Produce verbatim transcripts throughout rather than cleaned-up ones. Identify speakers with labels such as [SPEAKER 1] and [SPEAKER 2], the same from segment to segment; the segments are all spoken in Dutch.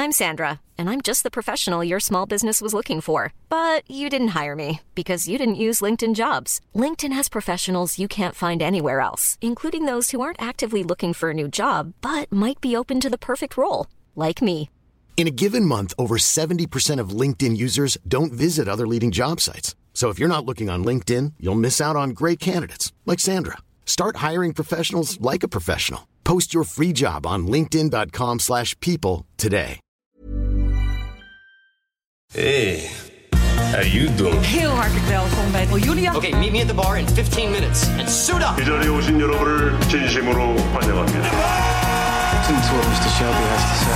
[SPEAKER 1] I'm Sandra, and I'm just the professional your small business was looking for. But you didn't hire me because you didn't use LinkedIn Jobs. LinkedIn has professionals you can't find anywhere else, including those who aren't actively looking for a new job, but might be open to the perfect role, like me.
[SPEAKER 2] In a given month, over seventy percent of LinkedIn users don't visit other leading job sites. So if you're not looking on LinkedIn, you'll miss out on great candidates like Sandra. Start hiring professionals like a professional. Post your free job on linkedin.com slash people today.
[SPEAKER 3] Hey, how you doing?
[SPEAKER 4] Heel hartelijk welkom bij Julia.
[SPEAKER 5] Okay, meet me at the bar in fifteen minutes and suit up.
[SPEAKER 6] 이 자리에 오신 여러분을 진심으로 환영합니다.
[SPEAKER 7] Listen to what mister Shelby has to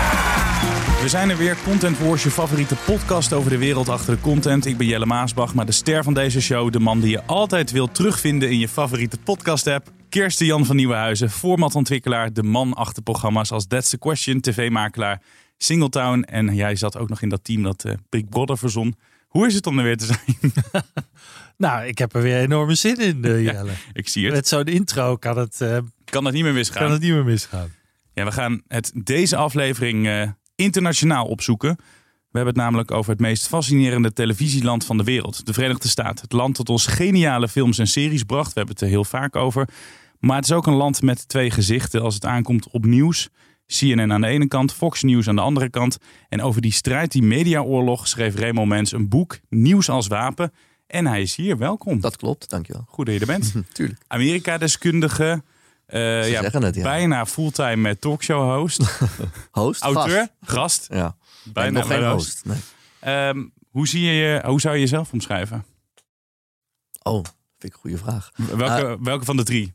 [SPEAKER 7] say.
[SPEAKER 8] We zijn er weer, Content Wars, je favoriete podcast over de wereld achter de content. Ik ben Jelle Maasbach, maar de ster van deze show, de man die je altijd wilt terugvinden in je favoriete podcast-app, Kirsten Jan van Nieuwenhuizen, formatontwikkelaar, de man achter programma's als That's the Question, tv-makelaar, Singletown. En jij zat ook nog in dat team dat uh, Big Brother verzon. Hoe is het om er weer te zijn?
[SPEAKER 9] Nou, ik heb er weer enorme zin in, uh, Jelle.
[SPEAKER 8] Ja, ik zie het.
[SPEAKER 9] Met zo'n intro kan het, uh,
[SPEAKER 8] kan het niet meer misgaan.
[SPEAKER 9] Kan het niet meer misgaan.
[SPEAKER 8] Ja, we gaan het deze aflevering uh, internationaal opzoeken. We hebben het namelijk over het meest fascinerende televisieland van de wereld. De Verenigde Staten. Het land dat ons geniale films en series bracht. We hebben het er heel vaak over. Maar het is ook een land met twee gezichten als het aankomt op nieuws. C N N aan de ene kant, Fox News aan de andere kant. En over die strijd, die mediaoorlog, schreef Remo Mens een boek, Nieuws als Wapen. En hij is hier, welkom.
[SPEAKER 7] Dat klopt, dankjewel.
[SPEAKER 8] Goed dat je er bent.
[SPEAKER 7] Tuurlijk.
[SPEAKER 8] Amerika-deskundige, uh, ja, het, ja. bijna fulltime talkshow-host.
[SPEAKER 7] Host?
[SPEAKER 8] Auteur, gast. gast.
[SPEAKER 7] Ja.
[SPEAKER 8] Bijna
[SPEAKER 7] nog geen host. Nee.
[SPEAKER 8] Um, hoe, zie je, hoe zou je jezelf omschrijven?
[SPEAKER 7] Oh, vind ik een goede vraag.
[SPEAKER 8] Welke, uh, welke van de drie?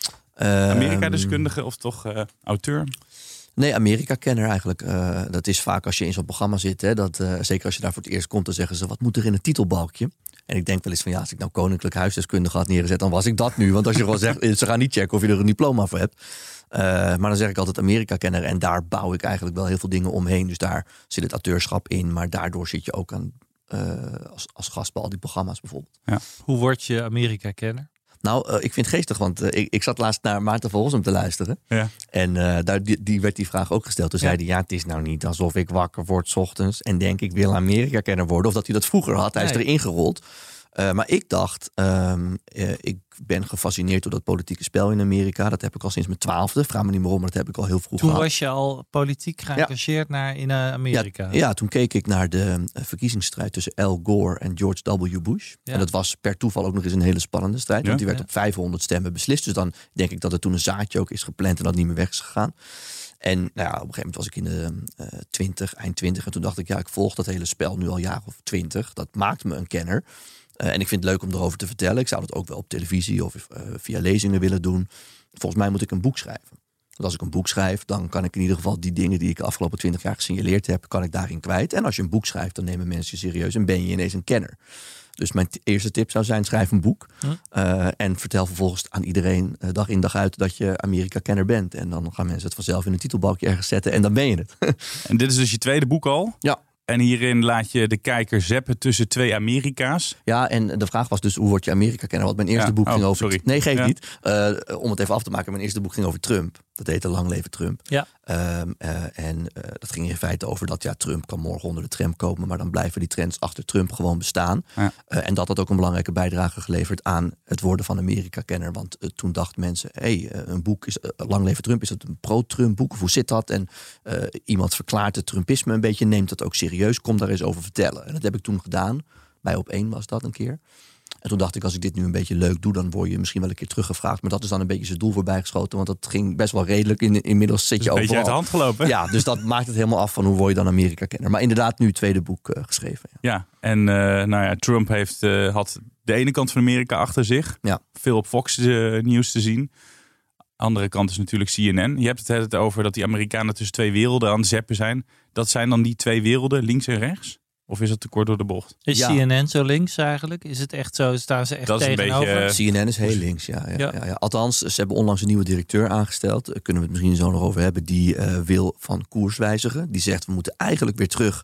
[SPEAKER 8] Uh, Amerika-deskundige of toch uh, auteur?
[SPEAKER 7] Nee, Amerika-kenner eigenlijk. Uh, dat is vaak als je in zo'n programma zit. Hè, dat, uh, zeker als je daar voor het eerst komt, dan zeggen ze, wat moet er in het titelbalkje? En ik denk wel eens van, ja, als ik nou koninklijk huisdeskundige had neergezet, dan was ik dat nu. Want als je gewoon zegt, ze gaan niet checken of je er een diploma voor hebt. Uh, maar dan zeg ik altijd Amerika-kenner. En daar bouw ik eigenlijk wel heel veel dingen omheen. Dus daar zit het auteurschap in. Maar daardoor zit je ook aan, uh, als, als gast bij al die programma's bijvoorbeeld.
[SPEAKER 9] Ja. Hoe word je Amerika-kenner?
[SPEAKER 7] Nou, uh, ik vind het geestig, want uh, ik, ik zat laatst naar Maarten van Rossum te luisteren. Ja. En uh, daar, die, die werd die vraag ook gesteld. Toen ja. zei hij, ja, het is nou niet alsof ik wakker word 's ochtends en denk ik wil Amerika-kenner worden. Of dat hij dat vroeger had. Hij nee. is erin gerold. Uh, maar ik dacht, um, uh, ik ben gefascineerd door dat politieke spel in Amerika. Dat heb ik al sinds mijn twaalfde. Vraag me niet meer om, maar dat heb ik al heel vroeg
[SPEAKER 9] toen
[SPEAKER 7] gehad.
[SPEAKER 9] Toen was je al politiek geëngageerd ja. naar in uh, Amerika?
[SPEAKER 7] Ja, ja, toen keek ik naar de uh, verkiezingsstrijd tussen Al Gore en George W. Bush. Ja. En dat was per toeval ook nog eens een hele spannende strijd. Ja. Want die werd ja. op vijfhonderd stemmen beslist. Dus dan denk ik dat er toen een zaadje ook is gepland en dat niet meer weg is gegaan. En nou ja, op een gegeven moment was ik in de uh, twintig, eind twintig. En toen dacht ik, ja, ik volg dat hele spel nu al jaar of twintig. Dat maakt me een kenner. Uh, en ik vind het leuk om erover te vertellen. Ik zou dat ook wel op televisie of uh, via lezingen willen doen. Volgens mij moet ik een boek schrijven. Want als ik een boek schrijf, dan kan ik in ieder geval die dingen die ik de afgelopen twintig jaar gesignaleerd heb, kan ik daarin kwijt. En als je een boek schrijft, dan nemen mensen je serieus en ben je ineens een kenner. Dus mijn t- eerste tip zou zijn, schrijf een boek. Huh? Uh, en vertel vervolgens aan iedereen uh, dag in dag uit dat je Amerika-kenner bent. En dan gaan mensen het vanzelf in een titelbalkje ergens zetten en dan ben je het.
[SPEAKER 8] En dit is dus je tweede boek al?
[SPEAKER 7] Ja.
[SPEAKER 8] En hierin laat je de kijker zappen tussen twee Amerika's.
[SPEAKER 7] Ja, en de vraag was dus, hoe word je Amerika-kenner? Want mijn eerste
[SPEAKER 8] ja.
[SPEAKER 7] boek
[SPEAKER 8] oh,
[SPEAKER 7] ging over...
[SPEAKER 8] Sorry.
[SPEAKER 7] Nee, geef
[SPEAKER 8] ja.
[SPEAKER 7] niet. Uh, om het even af te maken, mijn eerste boek ging over Trump. Dat heette Lang Leven Trump.
[SPEAKER 9] Ja.
[SPEAKER 7] Um, uh, en uh, dat ging in feite over dat ja, Trump kan morgen onder de tram komen, maar dan blijven die trends achter Trump gewoon bestaan. Ja. Uh, en dat had ook een belangrijke bijdrage geleverd aan het worden van Amerika-kenner. Want uh, toen dachten mensen, hé, hey, uh, een boek is uh, Lang Leven Trump, is het een pro-Trump boek? Of hoe zit dat? En uh, iemand verklaart het Trumpisme een beetje, neemt dat ook serieus, kom daar eens over vertellen. En dat heb ik toen gedaan. Bij Op één was dat een keer. En toen dacht ik, als ik dit nu een beetje leuk doe, dan word je misschien wel een keer teruggevraagd. Maar dat is dan een beetje zijn doel voorbij geschoten. Want dat ging best wel redelijk. In, inmiddels zit je overal.
[SPEAKER 8] Een beetje uit de hand gelopen.
[SPEAKER 7] Ja, dus dat maakt het helemaal af van hoe word je dan Amerika-kenner. Maar inderdaad nu het tweede boek uh, geschreven.
[SPEAKER 8] Ja, ja en uh, nou ja, Trump heeft, uh, had de ene kant van Amerika achter zich.
[SPEAKER 7] Ja.
[SPEAKER 8] Veel op Fox uh, nieuws te zien. Andere kant is natuurlijk C N N. Je hebt het over dat die Amerikanen tussen twee werelden aan het zappen zijn. Dat zijn dan die twee werelden, links en rechts? Of is het te kort door de bocht?
[SPEAKER 9] Is ja. C N N zo links eigenlijk? Is het echt zo? Staan ze echt dat tegenover?
[SPEAKER 7] Beetje, uh, C N N is heel links, ja, ja, ja. Ja, ja. Althans, ze hebben onlangs een nieuwe directeur aangesteld. Daar kunnen we het misschien zo nog over hebben. Die uh, wil van koers wijzigen. Die zegt, we moeten eigenlijk weer terug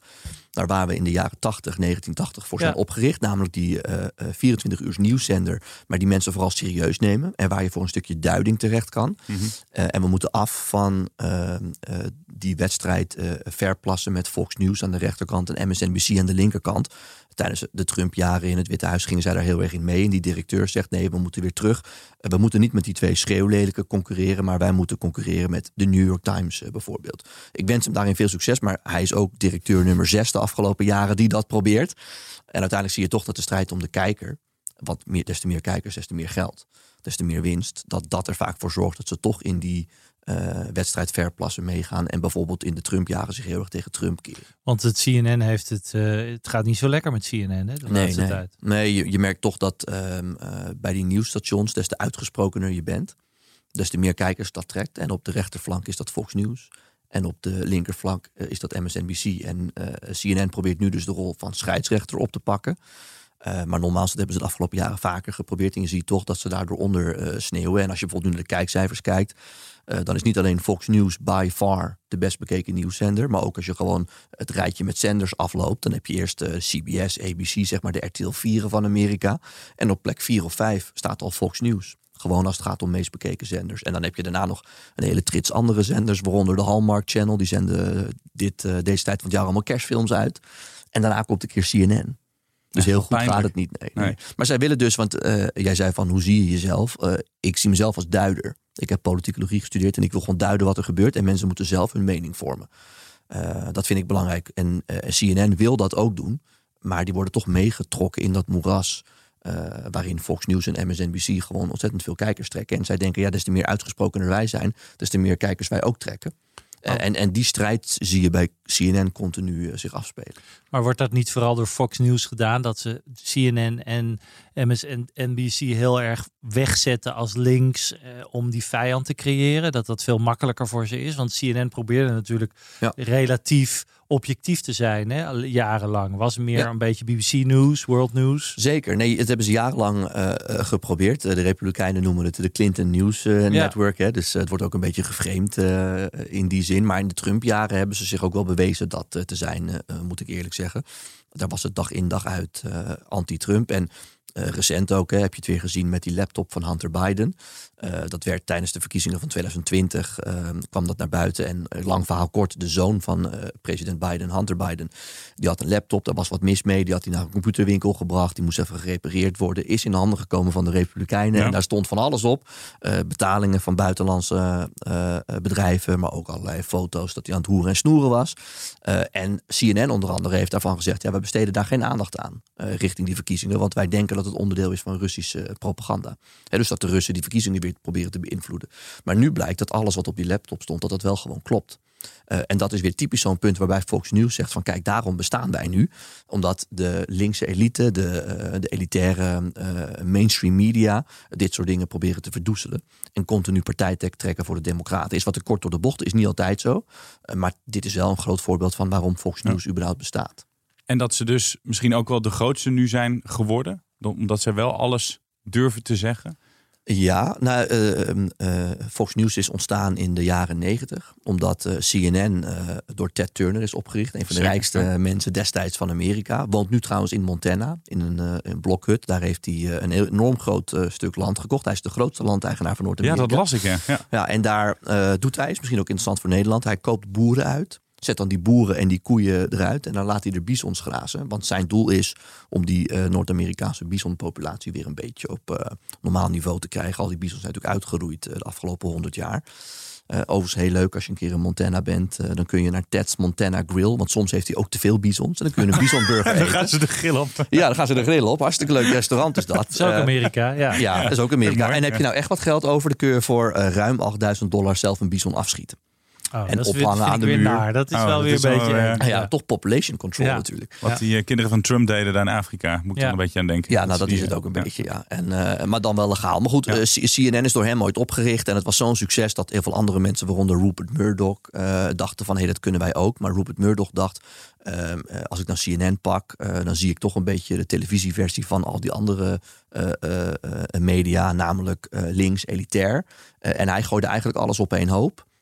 [SPEAKER 7] Daar waren we in de jaren tachtig, negentien tachtig voor zijn ja. opgericht. Namelijk die uh, vierentwintig uur nieuwszender. Maar die mensen vooral serieus nemen. En waar je voor een stukje duiding terecht kan. Mm-hmm. Uh, en we moeten af van uh, uh, die wedstrijd uh, verplassen met Fox News aan de rechterkant en M S N B C aan de linkerkant. Tijdens de Trump-jaren in het Witte Huis gingen zij daar heel erg in mee. En die directeur zegt, nee, we moeten weer terug. We moeten niet met die twee schreeuwlelijken concurreren, maar wij moeten concurreren met de New York Times uh, bijvoorbeeld. Ik wens hem daarin veel succes, maar hij is ook directeur nummer zes de afgelopen jaren die dat probeert. En uiteindelijk zie je toch dat de strijd om de kijker, want meer, des te meer kijkers, des te meer geld, des te meer winst, dat dat er vaak voor zorgt dat ze toch in die Uh, wedstrijd verplassen meegaan en bijvoorbeeld in de Trump-jaren zich heel erg tegen Trump keren.
[SPEAKER 9] Want het C N N heeft het, uh, het gaat niet zo lekker met C N N, hè? De
[SPEAKER 7] nee,
[SPEAKER 9] laatste
[SPEAKER 7] nee.
[SPEAKER 9] tijd.
[SPEAKER 7] Nee, je, je merkt toch dat uh, uh, bij die nieuwsstations des te uitgesprokener je bent, des te meer kijkers dat trekt. En op de rechterflank is dat Fox News. En op de linkerflank uh, is dat M S N B C. En uh, C N N probeert nu dus de rol van scheidsrechter op te pakken. Uh, maar normaal dat hebben ze de afgelopen jaren vaker geprobeerd. En je ziet toch dat ze daardoor onder uh, sneeuwen. En als je bijvoorbeeld nu naar de kijkcijfers kijkt, Uh, dan is niet alleen Fox News by far de best bekeken nieuwszender. Maar ook als je gewoon het rijtje met zenders afloopt. Dan heb je eerst uh, C B S, A B C, zeg maar de R T L vier van Amerika. En op plek vier of vijf staat al Fox News. Gewoon als het gaat om meest bekeken zenders. En dan heb je daarna nog een hele trits andere zenders. Waaronder de Hallmark Channel. Die zenden dit, uh, deze tijd van het jaar allemaal kerstfilms uit. En daarna komt een keer C N N. Dus heel goed pijnlijk. Gaat het niet. Nee, nee. Nee. Maar zij willen dus, want uh, jij zei van hoe zie je jezelf? Uh, ik zie mezelf als duider. Ik heb politicologie gestudeerd en ik wil gewoon duiden wat er gebeurt. En mensen moeten zelf hun mening vormen. Uh, dat vind ik belangrijk. En uh, C N N wil dat ook doen. Maar die worden toch meegetrokken in dat moeras. Uh, waarin Fox News en M S N B C gewoon ontzettend veel kijkers trekken. En zij denken, ja, des te meer uitgesprokener wij zijn, des te meer kijkers wij ook trekken. Oh. En, en die strijd zie je bij C N N continu uh, zich afspelen.
[SPEAKER 9] Maar wordt dat niet vooral door Fox News gedaan? Dat ze C N N en M S N B C heel erg wegzetten als links uh, om die vijand te creëren? Dat dat veel makkelijker voor ze is? Want C N N probeerde natuurlijk ja. relatief objectief te zijn, hè? Jarenlang. Was meer ja. een beetje B B C News, World News?
[SPEAKER 7] Zeker. Nee, het hebben ze jarenlang uh, geprobeerd. De Republikeinen noemen het de Clinton News uh, Network. Ja. Hè? Dus uh, het wordt ook een beetje geframed uh, in die zin. Maar in de Trump-jaren hebben ze zich ook wel bewezen dat uh, te zijn, uh, moet ik eerlijk zeggen. Daar was het dag in dag uit uh, anti-Trump. En Uh, recent ook, hè, heb je het weer gezien met die laptop van Hunter Biden. Uh, dat werd tijdens de verkiezingen van twintig twintig, uh, kwam dat naar buiten. En uh, lang verhaal kort, de zoon van uh, president Biden, Hunter Biden, die had een laptop, daar was wat mis mee. Die had hij naar een computerwinkel gebracht, die moest even gerepareerd worden. Is in de handen gekomen van de Republikeinen. Ja. En daar stond van alles op. Uh, betalingen van buitenlandse uh, bedrijven, maar ook allerlei foto's dat hij aan het hoeren en snoeren was. Uh, en C N N onder andere heeft daarvan gezegd, ja, we besteden daar geen aandacht aan uh, richting die verkiezingen, want wij denken dat het onderdeel is van Russische propaganda. He, dus dat de Russen die verkiezingen weer proberen te beïnvloeden. Maar nu blijkt dat alles wat op die laptop stond, dat dat wel gewoon klopt. Uh, en dat is weer typisch zo'n punt waarbij Fox News zegt van kijk, daarom bestaan wij nu. Omdat de linkse elite, de, uh, de elitaire uh, mainstream media dit soort dingen proberen te verdoezelen. En continu partijtek trekken voor de democraten. Is wat te kort door de bocht, is niet altijd zo. Uh, maar dit is wel een groot voorbeeld van waarom Fox News ja. überhaupt bestaat.
[SPEAKER 8] En dat ze dus misschien ook wel de grootste nu zijn geworden? Omdat ze wel alles durven te zeggen?
[SPEAKER 7] Ja, nou, uh, uh, Fox News is ontstaan in de jaren negentig. Omdat uh, C N N uh, door Ted Turner is opgericht. Een van de Zeker, rijkste ja. mensen destijds van Amerika. Woont nu trouwens in Montana, in een, uh, een blokhut. Daar heeft hij uh, een enorm groot uh, stuk land gekocht. Hij is de grootste landeigenaar van Noord-Amerika.
[SPEAKER 8] Ja, dat las ik, ja. Ja,
[SPEAKER 7] ja en daar uh, doet hij, is misschien ook interessant voor Nederland. Hij koopt boeren uit. Zet dan die boeren en die koeien eruit en dan laat hij er bisons grazen. Want zijn doel is om die uh, Noord-Amerikaanse bisonpopulatie weer een beetje op uh, normaal niveau te krijgen. Al die bisons zijn natuurlijk uitgeroeid uh, de afgelopen honderd jaar. Uh, overigens heel leuk als je een keer in Montana bent. Uh, dan kun je naar Ted's Montana Grill. Want soms heeft hij ook te veel bisons. En dan kun je een bisonburger eten.
[SPEAKER 8] Dan gaan ze de grill op.
[SPEAKER 7] Ja, dan gaan ze de grill op. Hartstikke leuk restaurant is dat.
[SPEAKER 9] Dat is ook Amerika, ja.
[SPEAKER 7] Ja, dat is ook Amerika. En heb je nou echt wat geld over, dan kun je voor uh, ruim achtduizend dollar zelf een bison afschieten.
[SPEAKER 9] Oh,
[SPEAKER 7] en
[SPEAKER 9] dat
[SPEAKER 7] ophangen aan de muur.
[SPEAKER 9] Naar. Dat is
[SPEAKER 8] oh,
[SPEAKER 9] wel
[SPEAKER 8] dat
[SPEAKER 9] weer
[SPEAKER 8] is
[SPEAKER 9] een beetje...
[SPEAKER 8] Wel, uh,
[SPEAKER 7] ja, ja, toch population control ja. natuurlijk.
[SPEAKER 8] Wat die uh, kinderen van Trump deden daar in Afrika. Moet ik ja. er een beetje aan denken.
[SPEAKER 7] Ja, nou dat
[SPEAKER 8] die,
[SPEAKER 7] is het ook een
[SPEAKER 8] ja.
[SPEAKER 7] beetje, ja. En, uh, maar dan wel legaal. Maar goed, ja. uh, C N N is door hem ooit opgericht. En het was zo'n succes dat heel veel andere mensen, waaronder Rupert Murdoch, uh, dachten van, hé, hey, dat kunnen wij ook. Maar Rupert Murdoch dacht, uh, als ik dan C N N pak, uh, dan zie ik toch een beetje de televisieversie van al die andere uh, uh, uh, media, namelijk uh, links, elitair. Uh, en hij gooide eigenlijk alles op één hoop.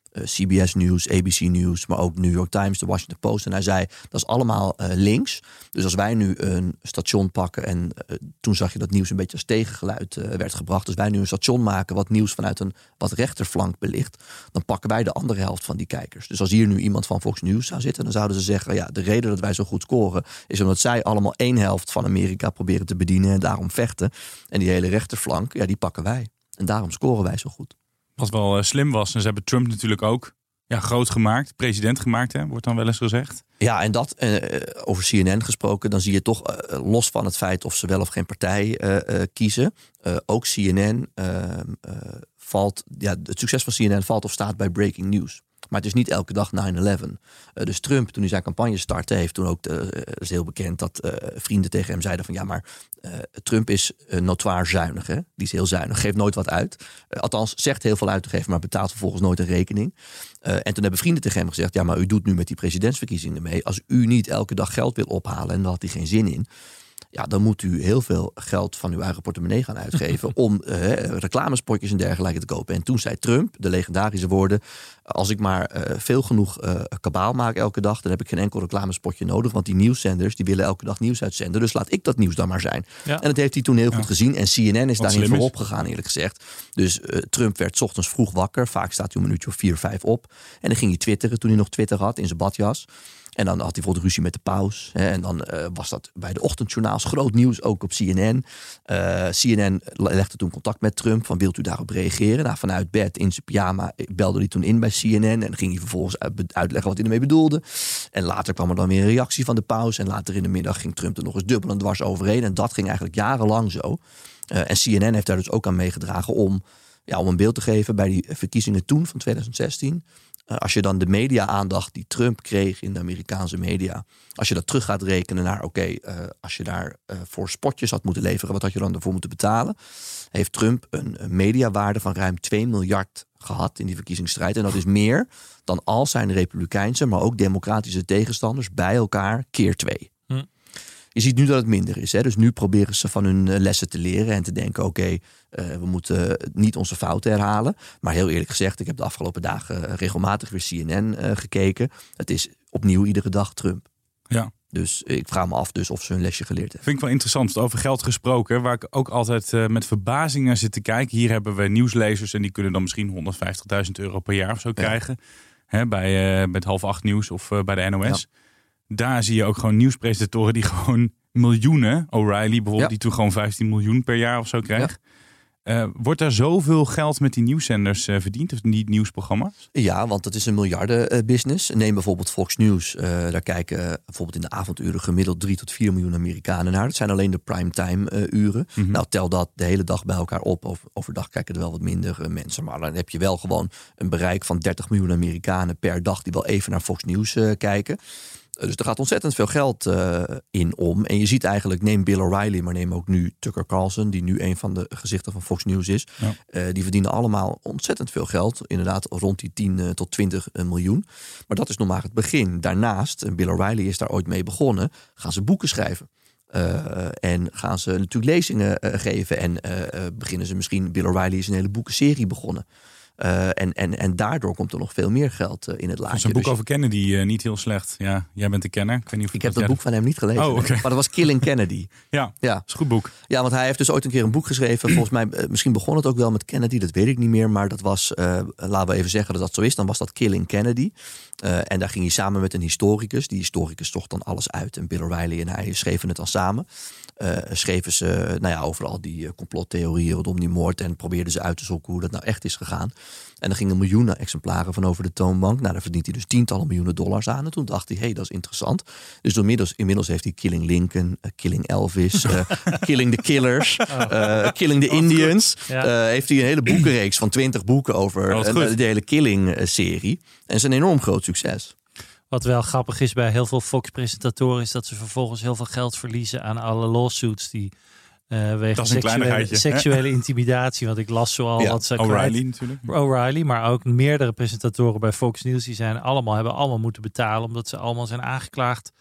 [SPEAKER 7] uh, C B S News, A B C News, maar ook New York Times, de Washington Post. En hij zei, dat is allemaal uh, links. Dus als wij nu een station pakken en uh, toen zag je dat nieuws een beetje als tegengeluid uh, werd gebracht. Als wij nu een station maken wat nieuws vanuit een wat rechterflank belicht, dan pakken wij de andere helft van die kijkers. Dus als hier nu iemand van Fox News zou zitten, dan zouden ze zeggen, ja, de reden dat wij zo goed scoren is omdat zij allemaal één helft van Amerika proberen te bedienen en daarom vechten. En die hele rechterflank, ja, die pakken wij. En daarom scoren wij zo goed.
[SPEAKER 8] Wat wel uh, slim was, en ze hebben Trump natuurlijk ook ja, groot gemaakt, president gemaakt, hè, wordt dan wel eens gezegd.
[SPEAKER 7] Ja, en dat, uh, over C N N gesproken, dan zie je toch, uh, los van het feit of ze wel of geen partij uh, uh, kiezen, uh, ook C N N uh, uh, valt, ja, het succes van C N N valt of staat bij breaking news. Maar het is niet elke dag nine eleven. Uh, dus Trump, toen hij zijn campagne startte, heeft toen ook, uh, is heel bekend dat uh, vrienden tegen hem zeiden van ja, maar uh, Trump is uh, notoir zuinig. Hè? Die is heel zuinig, geeft nooit wat uit. Uh, althans, zegt heel veel uit te geven, maar betaalt vervolgens nooit een rekening. Uh, en toen hebben vrienden tegen hem gezegd, ja, maar u doet nu met die presidentsverkiezingen mee. Als u niet elke dag geld wil ophalen, en daar had hij geen zin in, ja, dan moet u heel veel geld van uw eigen portemonnee gaan uitgeven om uh, reclamespotjes en dergelijke te kopen. En toen zei Trump, de legendarische woorden, als ik maar uh, veel genoeg uh, kabaal maak elke dag, dan heb ik geen enkel reclamespotje nodig, want die nieuwszenders die willen elke dag nieuws uitzenden, dus laat ik dat nieuws dan maar zijn. Ja. En dat heeft hij toen heel ja. goed gezien en C N N is daar niet voorop gegaan, eerlijk gezegd. Dus uh, Trump werd 's ochtends vroeg wakker, vaak staat hij een minuutje of vier, vijf op, en dan ging hij twitteren toen hij nog Twitter had in zijn badjas. En dan had hij bijvoorbeeld ruzie met de paus. Hè, en dan uh, was dat bij de ochtendjournaals groot nieuws, ook op C N N. Uh, C N N legde toen contact met Trump van wilt u daarop reageren? Nou, vanuit bed in zijn pyjama belde hij toen in bij C N N. En ging hij vervolgens uitleggen wat hij ermee bedoelde. En later kwam er dan weer een reactie van de paus. En later in de middag ging Trump er nog eens dubbel en dwars overheen. En dat ging eigenlijk jarenlang zo. Uh, en C N N heeft daar dus ook aan meegedragen om, ja, om een beeld te geven bij die verkiezingen toen van twintig zestien. Uh, als je dan de media-aandacht die Trump kreeg in de Amerikaanse media, als je dat terug gaat rekenen naar, oké, okay, uh, als je daar uh, voor spotjes had moeten leveren, wat had je dan ervoor moeten betalen? Heeft Trump een, een mediawaarde van ruim twee miljard gehad in die verkiezingsstrijd. En dat is meer dan al zijn republikeinse, maar ook democratische tegenstanders bij elkaar keer twee. Hm. Je ziet nu dat het minder is. Hè? Dus nu proberen ze van hun lessen te leren en te denken, oké, okay, uh, we moeten niet onze fouten herhalen. Maar heel eerlijk gezegd, ik heb de afgelopen dagen regelmatig weer C N N uh, gekeken. Het is opnieuw iedere dag Trump.
[SPEAKER 8] Ja.
[SPEAKER 7] Dus ik vraag me af dus of ze hun lesje geleerd hebben.
[SPEAKER 8] Vind ik wel interessant. Over geld gesproken, waar ik ook altijd uh, met verbazing naar zit te kijken. Hier hebben we nieuwslezers en die kunnen dan misschien honderdvijftigduizend euro per jaar of zo krijgen. Ja. Hè, bij, uh, bij het half acht nieuws of uh, bij de N O S. Ja. Daar zie je ook gewoon nieuwspresentatoren die gewoon miljoenen, O'Reilly bijvoorbeeld, ja. die toen gewoon vijftien miljoen per jaar of zo krijgt. Ja. Uh, wordt daar zoveel geld met die nieuwszenders uh, verdiend, of die nieuwsprogramma's?
[SPEAKER 7] Ja, want het is een miljarden uh, business. Neem bijvoorbeeld Fox News. Uh, daar kijken uh, bijvoorbeeld in de avonduren gemiddeld drie tot vier miljoen Amerikanen naar. Dat zijn alleen de primetime uh, uren. Mm-hmm. Nou, tel dat de hele dag bij elkaar op. Over, overdag kijken er wel wat minder uh, mensen. Maar dan heb je wel gewoon een bereik van dertig miljoen Amerikanen per dag die wel even naar Fox News uh, kijken. Dus er gaat ontzettend veel geld uh, in om. En je ziet eigenlijk, neem Bill O'Reilly, maar neem ook nu Tucker Carlson, die nu een van de gezichten van Fox News is. Ja. Uh, die verdienen allemaal ontzettend veel geld. Inderdaad rond die tien tot twintig miljoen. Maar dat is nog maar het begin. Daarnaast, en Bill O'Reilly is daar ooit mee begonnen, gaan ze boeken schrijven. Uh, en gaan ze natuurlijk lezingen uh, geven. En uh, uh, beginnen ze misschien, Bill O'Reilly is een hele boekenserie begonnen. Uh, en, en, en daardoor komt er nog veel meer geld uh, in het laadje.
[SPEAKER 8] Zo'n boek
[SPEAKER 7] dus
[SPEAKER 8] over Kennedy, uh, niet heel slecht. Ja, jij bent de kenner. Ik, weet niet of
[SPEAKER 7] ik heb dat boek van hem niet gelezen.
[SPEAKER 8] Oh, okay.
[SPEAKER 7] Maar dat was Killing Kennedy.
[SPEAKER 8] ja, ja, dat is een goed boek.
[SPEAKER 7] Ja, want hij heeft dus ooit een keer een boek geschreven. Volgens mij, uh, misschien begon het ook wel met Kennedy. Dat weet ik niet meer. Maar dat was, uh, laten we even zeggen dat dat zo is. Dan was dat Killing Kennedy. Uh, en daar ging hij samen met een historicus. Die historicus zocht dan alles uit. En Bill O'Reilly en hij schreven het dan samen. Uh, schreven ze nou ja, over al die uh, complottheorieën rondom die moord. En probeerden ze uit te zoeken hoe dat nou echt is gegaan. En er gingen miljoenen exemplaren van over de toonbank. Nou, daar verdient hij dus tientallen miljoenen dollars aan. En toen dacht hij, hé, hey, dat is interessant. Dus inmiddels, inmiddels heeft hij Killing Lincoln, uh, Killing Elvis, uh, Killing the Killers, uh, Killing the Indians. Ja. Uh, heeft hij een hele boekenreeks van twintig boeken over oh, uh, de hele Killing-serie. En het is een enorm groot succes.
[SPEAKER 9] Wat wel grappig is bij heel veel Fox-presentatoren is dat ze vervolgens heel veel geld verliezen aan alle lawsuits die uh, wegen seksuele, seksuele intimidatie. Want ik las zo al ja, wat ze
[SPEAKER 8] O'Reilly kwijt. natuurlijk.
[SPEAKER 9] O'Reilly, maar ook meerdere presentatoren bij Fox News die zijn allemaal hebben allemaal moeten betalen omdat ze allemaal zijn aangeklaagd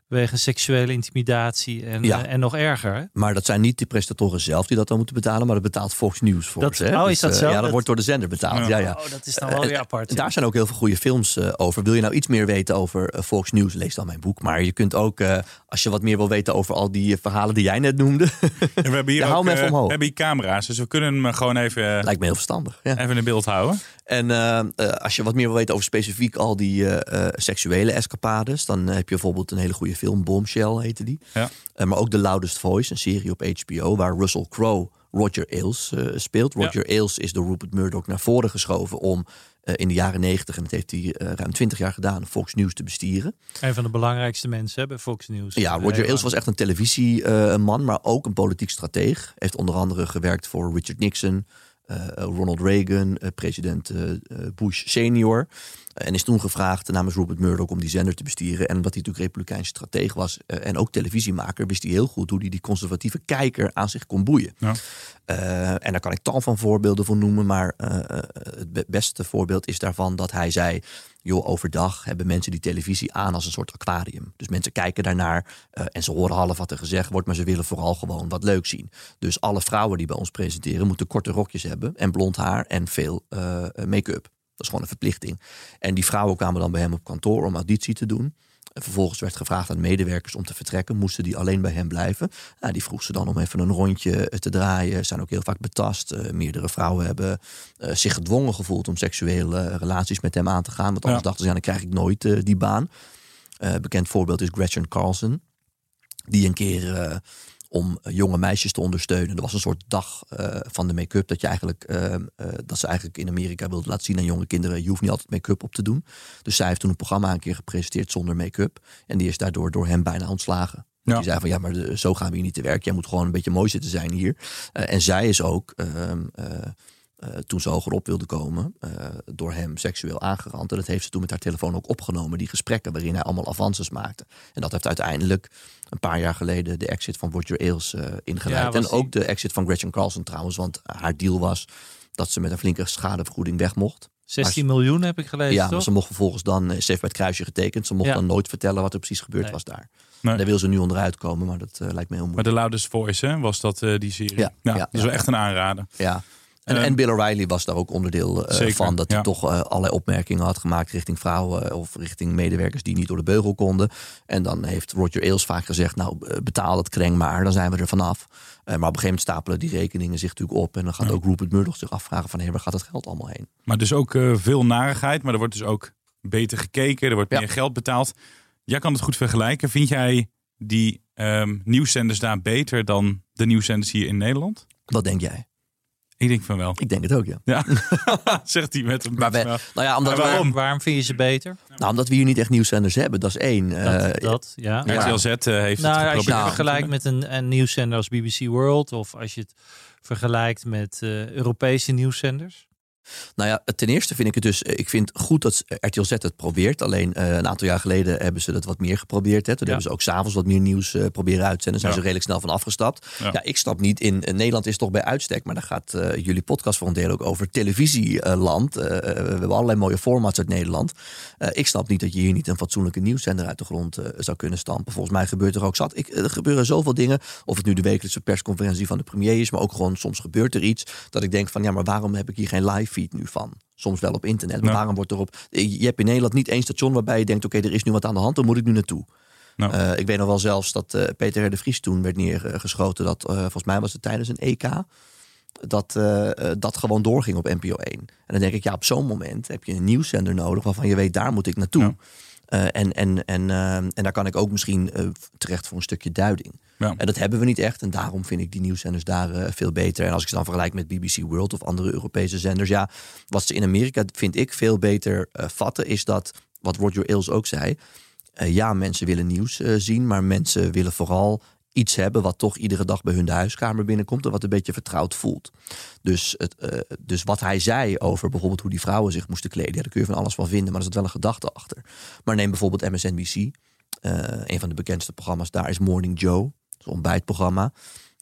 [SPEAKER 9] Wegens seksuele intimidatie en,
[SPEAKER 7] Ja.
[SPEAKER 9] uh, en nog erger. Hè?
[SPEAKER 7] Maar dat zijn niet de prestatoren zelf die dat dan moeten betalen, maar dat betaalt Fox News voor
[SPEAKER 9] Dat-
[SPEAKER 7] ze. Hè?
[SPEAKER 9] oh, is dat
[SPEAKER 7] uh,
[SPEAKER 9] zo?
[SPEAKER 7] Ja, dat,
[SPEAKER 9] Dat-
[SPEAKER 7] wordt door de zender betaald. Ja. Ja, ja.
[SPEAKER 9] Oh, dat is dan wel weer apart.
[SPEAKER 7] En
[SPEAKER 9] ja.
[SPEAKER 7] daar zijn ook heel veel goede films uh, over. Wil je nou iets meer weten over uh, Fox News, lees dan mijn boek. Maar je kunt ook, uh, als je wat meer wil weten over al die uh, verhalen die jij net noemde.
[SPEAKER 8] En we hebben hier
[SPEAKER 7] Ja,
[SPEAKER 8] ook
[SPEAKER 7] hou hem
[SPEAKER 8] uh,
[SPEAKER 7] even omhoog.
[SPEAKER 8] we hebben hier camera's, dus we kunnen hem gewoon even, uh,
[SPEAKER 7] Lijkt me heel verstandig. Ja.
[SPEAKER 8] even in beeld houden.
[SPEAKER 7] En uh, uh, als je wat meer wil weten over specifiek al die uh, uh, seksuele escapades, dan heb je bijvoorbeeld een hele goede film, Bombshell heette die.
[SPEAKER 8] Ja.
[SPEAKER 7] Uh, maar ook The Loudest Voice, een serie op H B O, waar Russell Crowe Roger Ailes uh, speelt. Roger
[SPEAKER 8] Ja.
[SPEAKER 7] Ailes is door Rupert Murdoch naar voren geschoven om uh, in de jaren negentig, en dat heeft hij uh, ruim twintig jaar gedaan, Fox News te bestieren.
[SPEAKER 9] Een van de belangrijkste mensen hè, bij Fox News.
[SPEAKER 7] Ja, Roger
[SPEAKER 9] Heel
[SPEAKER 7] Ailes was echt een televisieman, uh, maar ook een politiek strateeg. Heeft onder andere gewerkt voor Richard Nixon, uh, Ronald Reagan, uh, president uh, Bush senior. Uh, en is toen gevraagd namens Rupert Murdoch om die zender te bestieren. En omdat hij natuurlijk republikeins strateeg was uh, en ook televisiemaker, wist hij heel goed hoe hij die conservatieve kijker aan zich kon boeien.
[SPEAKER 8] Ja.
[SPEAKER 7] Uh, en daar kan ik tal van voorbeelden van noemen. Maar uh, het be- beste voorbeeld is daarvan dat hij zei, joh, overdag hebben mensen die televisie aan als een soort aquarium. Dus mensen kijken daarnaar uh, en ze horen half wat er gezegd wordt, maar ze willen vooral gewoon wat leuk zien. Dus alle vrouwen die bij ons presenteren moeten korte rokjes hebben en blond haar en veel uh, make-up. Dat is gewoon een verplichting. En die vrouwen kwamen dan bij hem op kantoor om auditie te doen. En vervolgens werd gevraagd aan medewerkers om te vertrekken. Moesten die alleen bij hem blijven? Nou, die vroeg ze dan om even een rondje te draaien. Zijn ook heel vaak betast. Uh, meerdere vrouwen hebben uh, zich gedwongen gevoeld om seksuele relaties met hem aan te gaan. Want anders
[SPEAKER 8] Ja.
[SPEAKER 7] dachten ze, ja, dan krijg ik nooit uh, die baan. Uh, bekend voorbeeld is Gretchen Carlson. Die een keer uh, om jonge meisjes te ondersteunen. Er was een soort dag uh, van de make-up dat je eigenlijk uh, uh, dat ze eigenlijk in Amerika wilde laten zien aan jonge kinderen. Je hoeft niet altijd make-up op te doen. Dus zij heeft toen een programma een keer gepresenteerd zonder make-up. En die is daardoor door hem bijna ontslagen.
[SPEAKER 8] Ja.
[SPEAKER 7] Die zei van ja, maar de, zo gaan we hier niet te werk. Jij moet gewoon een beetje mooi zitten zijn hier. Uh, en zij is ook uh, uh, Uh, toen ze hogerop wilde komen, uh, door hem seksueel aangerand. En dat heeft ze toen met haar telefoon ook opgenomen, die gesprekken waarin hij allemaal avances maakte. En dat heeft uiteindelijk een paar jaar geleden de exit van Roger Ailes uh, ingeleid.
[SPEAKER 9] Ja,
[SPEAKER 7] en ook
[SPEAKER 9] die...
[SPEAKER 7] de exit van Gretchen Carlson trouwens, want haar deal was dat ze met een flinke schadevergoeding weg mocht.
[SPEAKER 9] zestien miljoen heb ik gelezen,
[SPEAKER 7] Ja,
[SPEAKER 9] toch?
[SPEAKER 7] maar ze mocht vervolgens dan, ze heeft bij het kruisje getekend, ze mocht
[SPEAKER 9] Ja.
[SPEAKER 7] dan nooit vertellen wat er precies gebeurd
[SPEAKER 9] Nee.
[SPEAKER 7] was daar.
[SPEAKER 8] Nee.
[SPEAKER 7] Daar wil ze nu onderuit komen, maar dat uh, lijkt me heel
[SPEAKER 8] Maar
[SPEAKER 7] moeilijk.
[SPEAKER 8] The Loudest Voice, hè, was dat uh, die serie?
[SPEAKER 7] Ja, ja,
[SPEAKER 8] dat is
[SPEAKER 7] ja,
[SPEAKER 8] wel echt een aanrader.
[SPEAKER 7] Ja. En,
[SPEAKER 8] Um,
[SPEAKER 7] en Bill O'Reilly was daar ook onderdeel uh,
[SPEAKER 8] zeker,
[SPEAKER 7] van. Dat hij
[SPEAKER 8] ja.
[SPEAKER 7] toch uh, allerlei opmerkingen had gemaakt richting vrouwen of richting medewerkers die niet door de beugel konden. En dan heeft Roger Ailes vaak gezegd, nou betaal dat kreng maar, dan zijn we er vanaf. Uh, maar op een gegeven moment stapelen die rekeningen zich natuurlijk op. En dan gaat
[SPEAKER 8] Ja.
[SPEAKER 7] ook Rupert Murdoch zich afvragen van hé, waar gaat het geld allemaal heen?
[SPEAKER 8] Maar dus ook uh, veel narigheid, maar er wordt dus ook beter gekeken. Er wordt
[SPEAKER 7] Ja.
[SPEAKER 8] meer geld betaald. Jij kan het goed vergelijken. Vind jij die um, nieuwszenders daar beter dan de nieuwszenders hier in Nederland?
[SPEAKER 7] Wat denk jij?
[SPEAKER 8] Ik denk van wel.
[SPEAKER 7] Ik denk het ook, ja.
[SPEAKER 8] Ja, zegt hij met een
[SPEAKER 7] Maar we,
[SPEAKER 8] beetje-
[SPEAKER 7] nou ja, omdat,
[SPEAKER 8] Maar waarom?
[SPEAKER 7] we,
[SPEAKER 9] Waarom vind je ze beter?
[SPEAKER 7] nou, omdat we hier niet echt nieuwszenders hebben, dat is één.
[SPEAKER 9] Dat,
[SPEAKER 7] Uh,
[SPEAKER 9] dat ja.
[SPEAKER 7] Ja.
[SPEAKER 8] R T L Z uh, heeft
[SPEAKER 9] Nou,
[SPEAKER 8] het
[SPEAKER 9] als je
[SPEAKER 8] geprobeerd.
[SPEAKER 9] het
[SPEAKER 7] Nou,
[SPEAKER 9] vergelijkt met een, een nieuwszender als B B C World, of als je het vergelijkt met uh, Europese nieuwszenders.
[SPEAKER 7] Nou ja, ten eerste vind ik het dus, ik vind goed dat R T L Z het probeert. Alleen uh, een aantal jaar geleden hebben ze dat wat meer geprobeerd. Hè. Toen
[SPEAKER 9] Ja.
[SPEAKER 7] hebben ze ook s'avonds wat meer nieuws uh, proberen uitzenden. Zijn
[SPEAKER 8] Ja.
[SPEAKER 7] ze redelijk snel van afgestapt.
[SPEAKER 8] Ja.
[SPEAKER 7] Ja, ik snap niet, in, in Nederland is het toch bij uitstek, maar daar gaat uh, jullie podcast voor een deel ook over televisieland. Uh, we hebben allerlei mooie formats uit Nederland. Uh, ik snap niet dat je hier niet een fatsoenlijke nieuwszender uit de grond uh, zou kunnen stampen. Volgens mij gebeurt er ook zat. Ik, er gebeuren zoveel dingen. Of het nu de wekelijkse persconferentie van de premier is, maar ook gewoon soms gebeurt er iets dat ik denk van ja, maar waarom heb ik hier geen live feed nu van? Soms wel op internet, maar
[SPEAKER 8] Ja.
[SPEAKER 7] waarom wordt erop... Je hebt in Nederland niet één station waarbij je denkt, oké, okay, er is nu wat aan de hand, dan moet ik nu naartoe.
[SPEAKER 8] Nou.
[SPEAKER 7] Uh, ik weet nog wel zelfs dat uh, Peter R. de Vries toen werd neergeschoten. Dat, uh, volgens mij was het tijdens een E K. Dat uh, dat gewoon doorging op N P O één. En dan denk ik, ja, op zo'n moment heb je een nieuwszender nodig waarvan je weet, daar moet ik naartoe.
[SPEAKER 8] Ja.
[SPEAKER 7] Uh, en, en, en, uh, en daar kan ik ook misschien uh, terecht voor een stukje duiding.
[SPEAKER 8] Ja.
[SPEAKER 7] En dat hebben we niet echt. En daarom vind ik die nieuwszenders daar uh, veel beter. En als ik ze dan vergelijk met B B C World of andere Europese zenders. Ja, wat ze in Amerika, vind ik, veel beter uh, vatten, is dat, wat Roger Ailes ook zei. Uh, ja, mensen willen nieuws uh, zien, maar mensen willen vooral iets hebben wat toch iedere dag bij hun de huiskamer binnenkomt en wat een beetje vertrouwd voelt. Dus, het, uh, dus wat hij zei over bijvoorbeeld hoe die vrouwen zich moesten kleden, ja, daar kun je van alles van vinden, maar er zit wel een gedachte achter. Maar neem bijvoorbeeld M S N B C. Uh, een van de bekendste programma's daar is Morning Joe, zo'n ontbijtprogramma.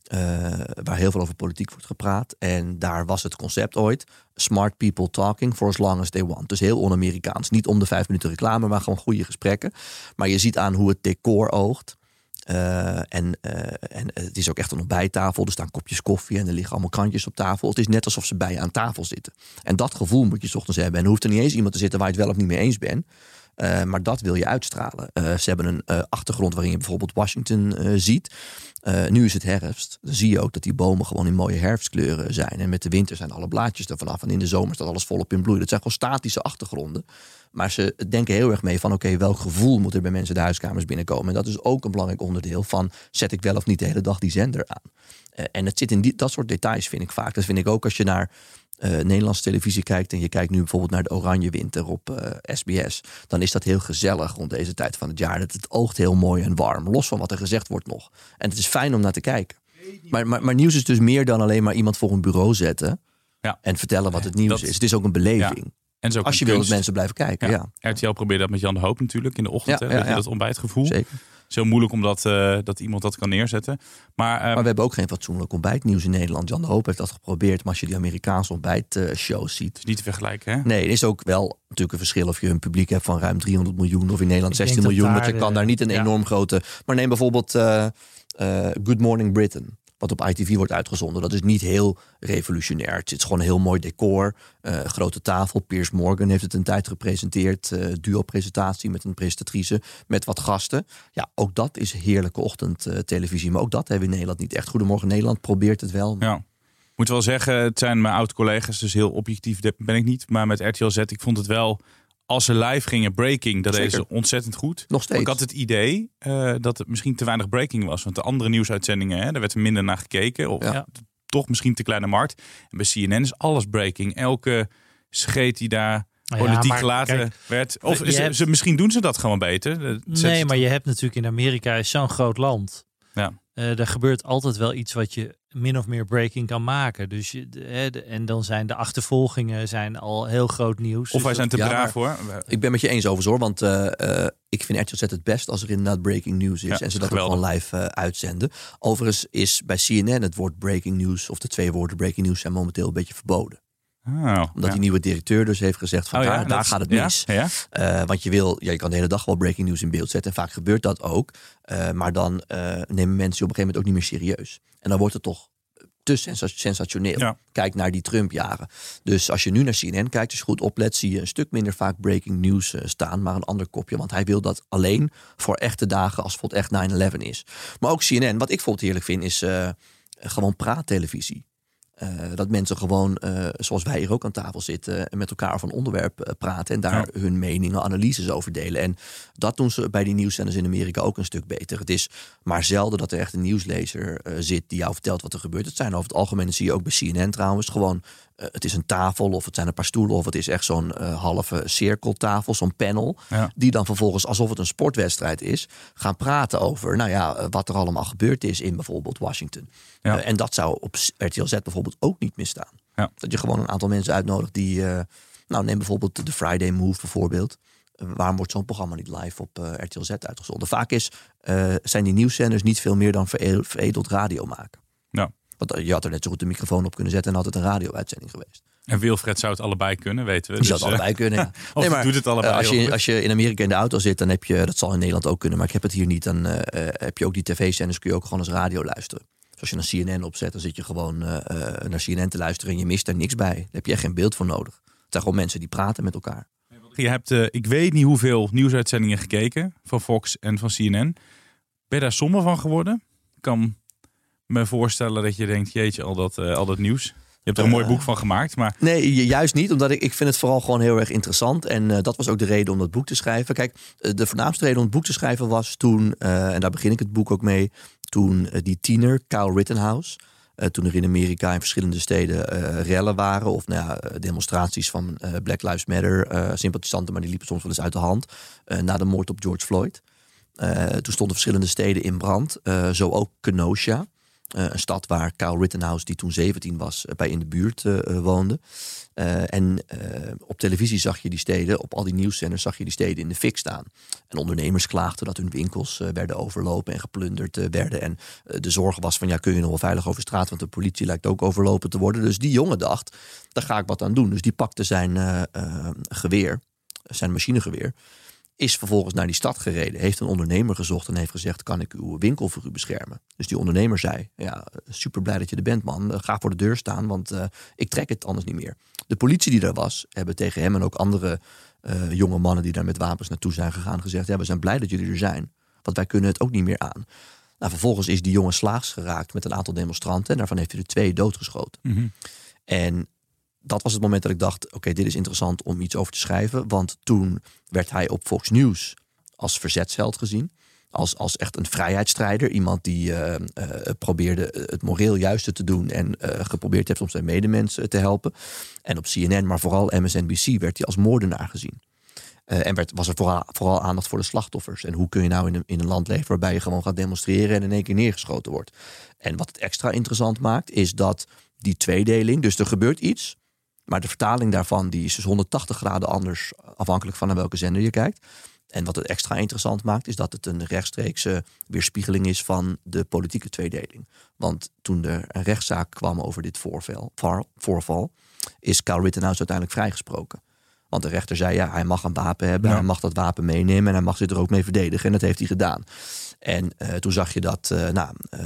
[SPEAKER 7] Uh, waar heel veel over politiek wordt gepraat. En daar was het concept ooit: smart people talking for as long as they want. Dus heel on-Amerikaans. Niet om de vijf minuten reclame, maar gewoon goede gesprekken. Maar je ziet aan hoe het decor oogt. Uh, en, uh, en het is ook echt een ontbijttafel. Er staan kopjes koffie en er liggen allemaal krantjes op tafel. Het is net alsof ze bij je aan tafel zitten. En dat gevoel moet je 's ochtends hebben. En er hoeft er niet eens iemand te zitten waar je het wel of niet mee eens bent. Uh, maar dat wil je uitstralen. Uh, ze hebben een uh, achtergrond waarin je bijvoorbeeld Washington uh, ziet. Uh, nu is het herfst. Dan zie je ook dat die bomen gewoon in mooie herfstkleuren zijn. En met de winter zijn alle blaadjes er vanaf. En in de zomer staat alles volop in bloei. Dat zijn gewoon statische achtergronden. Maar ze denken heel erg mee van oké, okay, welk gevoel moet er bij mensen de huiskamers binnenkomen. En dat is ook een belangrijk onderdeel van zet ik wel of niet de hele dag die zender aan. Uh, en het zit in die, dat soort details vind ik vaak. Dat vind ik ook als je naar Uh, Nederlandse televisie kijkt en je kijkt nu bijvoorbeeld naar de Oranje Winter op uh, S B S, dan is dat heel gezellig rond deze tijd van het jaar. Dat het oogt heel mooi en warm, los van wat er gezegd wordt nog. En het is fijn om naar te kijken. Maar, maar, maar nieuws is dus meer dan alleen maar iemand voor een bureau zetten ja. en vertellen wat het nieuws dat, is. Het is ook een beleving. Ja.
[SPEAKER 8] En zo
[SPEAKER 7] als je wil dat mensen blijven kijken. Ja.
[SPEAKER 8] Ja. R T L probeert dat met Jan de Hoop natuurlijk in de ochtend. Ja, ja, ja. Dat ontbijtgevoel.
[SPEAKER 7] Zeker.
[SPEAKER 8] Zo moeilijk omdat uh, dat iemand dat kan neerzetten. Maar, um...
[SPEAKER 7] maar we hebben ook geen fatsoenlijk ontbijtnieuws in Nederland. Jan de Hoop heeft dat geprobeerd. Maar als je die Amerikaanse ontbijtshows ziet.
[SPEAKER 8] Het is niet te vergelijken, hè?
[SPEAKER 7] Nee, er is ook wel natuurlijk een verschil of je een publiek hebt van ruim driehonderd miljoen. Of in Nederland zestien miljoen. Want je kan daar niet een ja. enorm grote. Maar neem bijvoorbeeld uh, uh, Good Morning Britain. Wat op I T V wordt uitgezonden. Dat is niet heel revolutionair. Het is gewoon een heel mooi decor. Uh, grote tafel. Piers Morgan heeft het een tijd gepresenteerd. Uh, duo-presentatie met een presentatrice. Met wat gasten. Ja, ook dat is heerlijke ochtendtelevisie. Uh, maar ook dat hebben we in Nederland niet echt. Goedemorgen Nederland probeert het wel.
[SPEAKER 8] Ja. Moet wel zeggen, het zijn mijn oud-collega's. Dus heel objectief ben ik niet. Maar met R T L Z, ik vond het wel... Als ze live gingen, breaking, dat deden ze ontzettend goed.
[SPEAKER 7] Nog steeds.
[SPEAKER 8] Ik had het idee uh, dat het misschien te weinig breaking was. Want de andere nieuwsuitzendingen, hè, daar werd er minder naar gekeken. Of ja. toch misschien te kleine markt. En bij C N N is alles breaking. Elke scheet die daar ja, politiek gelaten kijk, werd. Of is, hebt... ze, misschien doen ze dat gewoon beter.
[SPEAKER 9] Nee, maar je hebt natuurlijk in Amerika is zo'n groot land.
[SPEAKER 8] Ja.
[SPEAKER 9] Uh, er gebeurt altijd wel iets wat je min of meer breaking kan maken. Dus je, de, de, en dan zijn de achtervolgingen zijn al heel groot nieuws.
[SPEAKER 8] Of dus wij zijn te
[SPEAKER 7] ja,
[SPEAKER 8] braaf hoor.
[SPEAKER 7] Ik ben met je eens over hoor. Want uh, uh, ik vind R T L Z het best als er inderdaad breaking news is. Ja, en ze dat geweldig. Ook gewoon live uh, uitzenden. Overigens is bij C N N het woord breaking news of de twee woorden breaking news zijn momenteel een beetje verboden.
[SPEAKER 8] Oh,
[SPEAKER 7] Omdat
[SPEAKER 8] ja.
[SPEAKER 7] die nieuwe directeur dus heeft gezegd van
[SPEAKER 8] oh, ja,
[SPEAKER 7] daar, daar
[SPEAKER 8] is,
[SPEAKER 7] gaat het
[SPEAKER 8] ja,
[SPEAKER 7] mis.
[SPEAKER 8] Ja?
[SPEAKER 7] Uh, want je wil, ja, je kan de hele dag wel breaking news in beeld zetten. En vaak gebeurt dat ook. Uh, maar dan uh, nemen mensen je op een gegeven moment ook niet meer serieus. En dan wordt het toch te sensa- sensationeel.
[SPEAKER 8] Ja.
[SPEAKER 7] Kijk naar die Trump-jaren. Dus als je nu naar C N N kijkt, als je goed oplet, zie je een stuk minder vaak breaking news uh, staan, maar een ander kopje. Want hij wil dat alleen voor echte dagen als het echt nine eleven is. Maar ook C N N, wat ik bijvoorbeeld heerlijk vind, is uh, gewoon praattelevisie. Uh, dat mensen gewoon, uh, zoals wij hier ook aan tafel zitten, en met elkaar over een onderwerp uh, praten en daar ja. hun meningen, analyses over delen. En dat doen ze bij die nieuwszenders in Amerika ook een stuk beter. Het is maar zelden dat er echt een nieuwslezer uh, zit die jou vertelt wat er gebeurt. Het zijn over het algemeen, dat zie je ook bij C N N trouwens, gewoon uh, het is een tafel of het zijn een paar stoelen of het is echt zo'n uh, halve cirkeltafel, zo'n panel, ja. die dan vervolgens, alsof het een sportwedstrijd is, gaan praten over, nou ja, uh, wat er allemaal gebeurd is in bijvoorbeeld Washington. Ja. Uh, en dat zou op R T L Z bijvoorbeeld ook niet misstaan.
[SPEAKER 8] Ja.
[SPEAKER 7] Dat je gewoon een aantal mensen uitnodigt die, uh, nou neem bijvoorbeeld de Friday Move bijvoorbeeld. Uh, waarom wordt zo'n programma niet live op uh, R T L Z uitgezonden? Vaak is, uh, zijn die nieuwszenders niet veel meer dan veredeld, veredeld radio maken.
[SPEAKER 8] Ja.
[SPEAKER 7] Want uh, je had er net zo goed de microfoon op kunnen zetten en had het een radio-uitzending geweest.
[SPEAKER 8] En Wilfred zou het allebei kunnen, weten we.
[SPEAKER 7] Die
[SPEAKER 8] dus,
[SPEAKER 7] zou het allebei kunnen, ja.
[SPEAKER 8] of nee, maar, doet het allebei.
[SPEAKER 7] Uh, als, je, als je in Amerika in de auto zit, dan heb je, dat zal in Nederland ook kunnen, maar ik heb het hier niet, dan uh, uh, heb je ook die tv-zenders, kun je ook gewoon als radio luisteren. Dus als je naar C N N opzet, dan zit je gewoon uh, naar C N N te luisteren en je mist er niks bij. Daar heb je echt geen beeld voor nodig. Het zijn gewoon mensen die praten met elkaar.
[SPEAKER 8] Je hebt, uh, ik weet niet hoeveel nieuwsuitzendingen gekeken van Fox en van C N N. Ben je daar somber van geworden? Ik kan me voorstellen dat je denkt, jeetje, al dat, uh, al dat nieuws. Je hebt er een uh, mooi boek van gemaakt. Maar...
[SPEAKER 7] Nee, juist niet. Omdat ik, ik vind het vooral gewoon heel erg interessant. En uh, dat was ook de reden om dat boek te schrijven. Kijk, uh, de voornaamste reden om het boek te schrijven was toen, uh, en daar begin ik het boek ook mee, toen uh, die tiener, Kyle Rittenhouse, uh, toen er in Amerika in verschillende steden uh, rellen waren, of nou ja, demonstraties van uh, Black Lives Matter, uh, sympathisanten, maar die liepen soms wel eens uit de hand, uh, na de moord op George Floyd. Uh, toen stonden verschillende steden in brand, uh, zo ook Kenosha. Uh, een stad waar Kyle Rittenhouse, die toen zeventien was, uh, bij in de buurt uh, uh, woonde. Uh, en uh, op televisie zag je die steden, op al die nieuwszenders zag je die steden in de fik staan. En ondernemers klaagden dat hun winkels uh, werden overlopen en geplunderd uh, werden. En uh, de zorg was van, ja, kun je nog wel veilig over straat, want de politie lijkt ook overlopen te worden. Dus die jongen dacht, daar ga ik wat aan doen. Dus die pakte zijn uh, uh, geweer, zijn machinegeweer. Is vervolgens naar die stad gereden, heeft een ondernemer gezocht en heeft gezegd, kan ik uw winkel voor u beschermen? Dus die ondernemer zei, ja, super blij dat je er bent, man. Ga voor de deur staan, want uh, ik trek het anders niet meer. De politie die daar was, hebben tegen hem en ook andere uh, jonge mannen die daar met wapens naartoe zijn gegaan gezegd, ja, we zijn blij dat jullie er zijn, want wij kunnen het ook niet meer aan. Nou, vervolgens is die jongen slaags geraakt met een aantal demonstranten en daarvan heeft hij er twee doodgeschoten. Mm-hmm. En dat was het moment dat ik dacht, oké, okay, dit is interessant om iets over te schrijven. Want toen werd hij op Fox News als verzetsheld gezien. Als, als echt een vrijheidsstrijder. Iemand die uh, uh, probeerde het moreel juiste te doen. En uh, geprobeerd heeft om zijn medemensen te helpen. En op C N N, maar vooral M S N B C, werd hij als moordenaar gezien. Uh, en werd, was er vooral, vooral aandacht voor de slachtoffers. En hoe kun je nou in een, in een land leven waarbij je gewoon gaat demonstreren en in één keer neergeschoten wordt. En wat het extra interessant maakt, is dat die tweedeling, dus er gebeurt iets, maar de vertaling daarvan die is dus honderdtachtig graden anders, afhankelijk van naar welke zender je kijkt. En wat het extra interessant maakt, is dat het een rechtstreekse weerspiegeling is van de politieke tweedeling. Want toen er een rechtszaak kwam over dit voorval, voorval is Kyle Rittenhouse uiteindelijk vrijgesproken. Want de rechter zei, ja, hij mag een wapen hebben, ja. Hij mag dat wapen meenemen en hij mag zich er ook mee verdedigen. En dat heeft hij gedaan. En uh, toen zag je dat uh, nou, uh,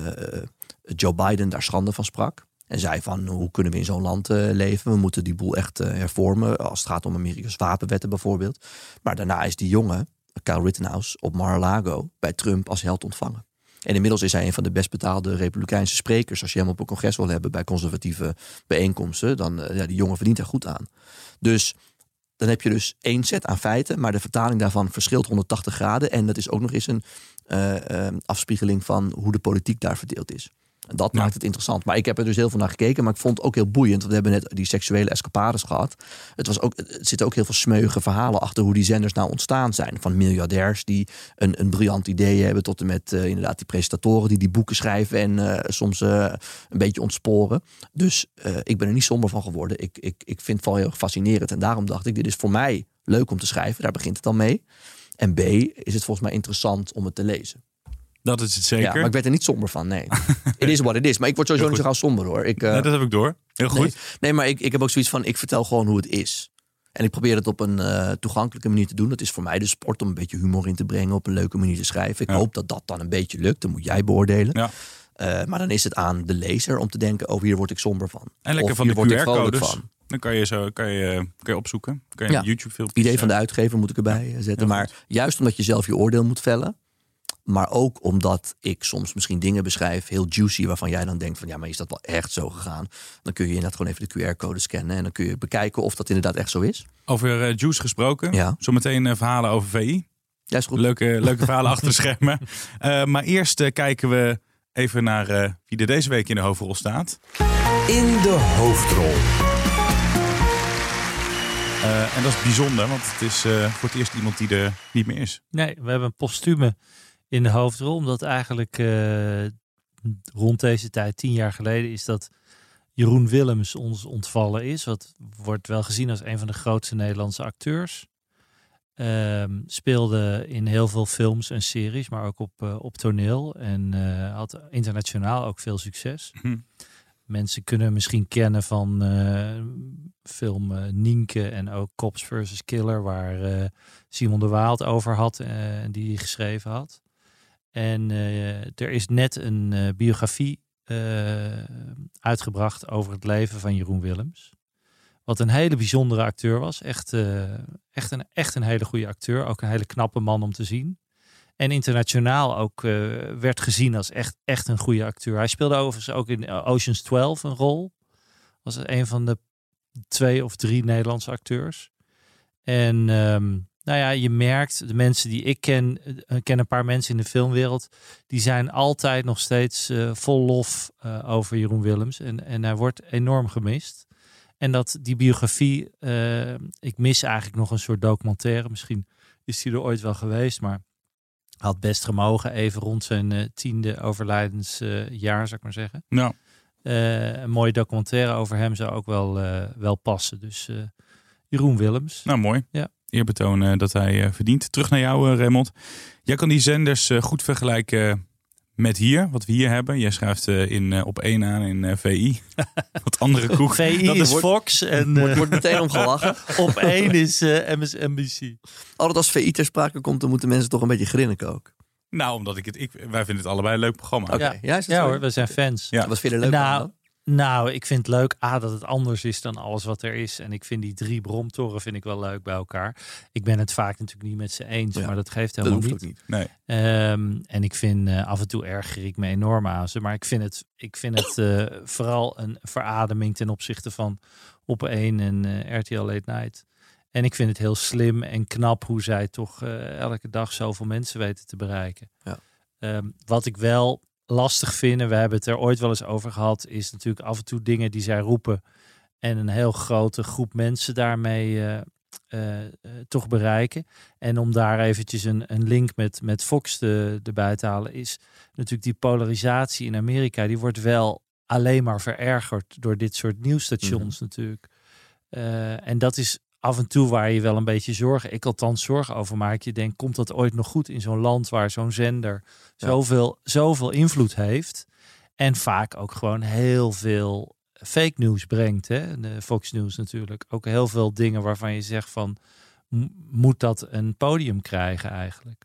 [SPEAKER 7] Joe Biden daar schande van sprak. En zei van, hoe kunnen we in zo'n land uh, leven? We moeten die boel echt uh, hervormen. Als het gaat om Amerika's wapenwetten bijvoorbeeld. Maar daarna is die jongen, Kyle Rittenhouse, op Mar-a-Lago bij Trump als held ontvangen. En inmiddels is hij een van de best betaalde Republikeinse sprekers. Als je hem op een congres wil hebben bij conservatieve bijeenkomsten, dan uh, ja, die jongen verdient er goed aan. Dus dan heb je dus één set aan feiten, maar de vertaling daarvan verschilt honderdtachtig graden. En dat is ook nog eens een uh, uh, afspiegeling van hoe de politiek daar verdeeld is. En dat ja. maakt het interessant. Maar ik heb er dus heel veel naar gekeken. Maar ik vond het ook heel boeiend. Want we hebben net die seksuele escapades gehad. Het was ook, er zitten ook heel veel smeuïge verhalen achter hoe die zenders nou ontstaan zijn. Van miljardairs die een, een briljant idee hebben. Tot en met uh, inderdaad die presentatoren die die boeken schrijven. En uh, soms uh, een beetje ontsporen. Dus uh, ik ben er niet somber van geworden. Ik, ik, ik vind het wel heel erg fascinerend. En daarom dacht ik, dit is voor mij leuk om te schrijven. Daar begint het al mee. En B, is het volgens mij interessant om het te lezen.
[SPEAKER 8] Dat is het zeker.
[SPEAKER 7] Ja, maar ik werd er niet somber van, nee. Het is wat het is. Maar ik word sowieso niet zo gauw somber, hoor. Ik, uh,
[SPEAKER 8] nee, dat heb ik door. Heel goed.
[SPEAKER 7] Nee, nee maar ik, ik heb ook zoiets van, ik vertel gewoon hoe het is. En ik probeer het op een uh, toegankelijke manier te doen. Dat is voor mij de sport om een beetje humor in te brengen. Op een leuke manier te schrijven. Ik ja. hoop dat dat dan een beetje lukt. Dat moet jij beoordelen. Ja. Uh, maar dan is het aan de lezer om te denken, oh, hier word ik somber van.
[SPEAKER 8] En lekker
[SPEAKER 7] of
[SPEAKER 8] van de
[SPEAKER 7] Q
[SPEAKER 8] R-codes. Dan kan je zo kan je, kan je opzoeken. Kan je
[SPEAKER 7] ja.
[SPEAKER 8] een YouTube-filmpje.
[SPEAKER 7] Idee van de uitgever moet ik erbij zetten. Ja, maar juist omdat je zelf je oordeel moet vellen. Maar ook omdat ik soms misschien dingen beschrijf, heel juicy, waarvan jij dan denkt van ja, maar is dat wel echt zo gegaan? Dan kun je inderdaad gewoon even de Q R-code scannen en dan kun je bekijken of dat inderdaad echt zo is.
[SPEAKER 8] Over uh, juice gesproken,
[SPEAKER 7] ja.
[SPEAKER 8] Zometeen uh, verhalen over V I.
[SPEAKER 7] Ja, is goed.
[SPEAKER 8] Leuke, leuke verhalen achter de schermen. Uh, maar eerst uh, kijken we even naar uh, wie er deze week in de hoofdrol staat.
[SPEAKER 10] In de hoofdrol.
[SPEAKER 8] Uh, en dat is bijzonder, want het is uh, voor het eerst iemand die er niet meer is.
[SPEAKER 9] Nee, we hebben een postume in de hoofdrol. Omdat eigenlijk uh, rond deze tijd, tien jaar geleden, is dat Jeroen Willems ons ontvallen is. Wat wordt wel gezien als een van de grootste Nederlandse acteurs. Uh, speelde in heel veel films en series, maar ook op, uh, op toneel. En uh, had internationaal ook veel succes. Hm. Mensen kunnen hem misschien kennen van uh, film uh, Nienke en ook Cops versus Killer, waar uh, Simon de Waal het over had en uh, die hij geschreven had. En uh, er is net een uh, biografie uh, uitgebracht over het leven van Jeroen Willems. Wat een hele bijzondere acteur was. Echt, uh, echt, een, echt een hele goede acteur. Ook een hele knappe man om te zien. En internationaal ook uh, werd gezien als echt, echt een goede acteur. Hij speelde overigens ook in Ocean's twaalf een rol. Was een van de twee of drie Nederlandse acteurs. En um, nou ja, je merkt, de mensen die ik ken, ik ken een paar mensen in de filmwereld, die zijn altijd nog steeds uh, vol lof uh, over Jeroen Willems. En, en hij wordt enorm gemist. En dat die biografie, uh, ik mis eigenlijk nog een soort documentaire. Misschien is die er ooit wel geweest, maar Had best gemogen, even rond zijn uh, tiende overlijdensjaar, uh, zou ik maar zeggen.
[SPEAKER 8] Nou.
[SPEAKER 9] Uh, een mooie documentaire over hem zou ook wel, uh, wel passen. Dus uh, Jeroen Willems.
[SPEAKER 8] Nou, mooi.
[SPEAKER 9] Ja.
[SPEAKER 8] Eerbetoon uh, dat hij uh, verdient. Terug naar jou, uh, Raymond. Jij kan die zenders uh, goed vergelijken met hier, wat we hier hebben. Jij schrijft uh, in, uh, op één aan in uh, V I. Wat andere koek.
[SPEAKER 9] V I dat is wordt, Fox. En, uh,
[SPEAKER 7] wordt, wordt meteen om gelachen.
[SPEAKER 9] Op één is uh, M S N B C.
[SPEAKER 7] Altijd als V I ter sprake komt, dan moeten mensen toch een beetje grinniken ook.
[SPEAKER 8] Nou, omdat ik het... Ik, wij vinden het allebei een leuk programma.
[SPEAKER 7] Okay.
[SPEAKER 9] Ja,
[SPEAKER 7] ja, is het
[SPEAKER 9] ja
[SPEAKER 7] zo?
[SPEAKER 9] hoor, we zijn fans.
[SPEAKER 7] Ja. Wat vind je er leuk
[SPEAKER 9] nou,
[SPEAKER 7] aan dan?
[SPEAKER 9] Nou, ik vind het leuk, A, dat het anders is dan alles wat er is. En ik vind die drie bromtoren vind ik wel leuk bij elkaar. Ik ben het vaak natuurlijk niet met ze eens, ja, maar dat geeft helemaal
[SPEAKER 7] dat
[SPEAKER 9] niet.
[SPEAKER 7] niet.
[SPEAKER 8] Nee.
[SPEAKER 9] Um, en ik vind uh, af en toe erger ik me enorm aan ze. Maar ik vind het, ik vind het uh, vooral een verademing ten opzichte van Op één en uh, R T L Late Night. En ik vind het heel slim en knap hoe zij toch uh, elke dag zoveel mensen weten te bereiken.
[SPEAKER 7] Ja.
[SPEAKER 9] Um, wat ik wel lastig vind, we hebben het er ooit wel eens over gehad, is natuurlijk af en toe dingen die zij roepen en een heel grote groep mensen daarmee uh, uh, uh, toch bereiken. En om daar eventjes een, een link met, met Fox te, erbij te halen, is natuurlijk die polarisatie in Amerika, die wordt wel alleen maar verergerd door dit soort nieuwsstations mm-hmm. natuurlijk. Uh, en dat is af en toe waar je wel een beetje zorgen, ik althans zorgen over maak. Je denkt, komt dat ooit nog goed in zo'n land waar zo'n zender ja. zoveel, zoveel invloed heeft en vaak ook gewoon heel veel fake news brengt. Hè? De Fox News natuurlijk. Ook heel veel dingen waarvan je zegt van, m- moet dat een podium krijgen eigenlijk?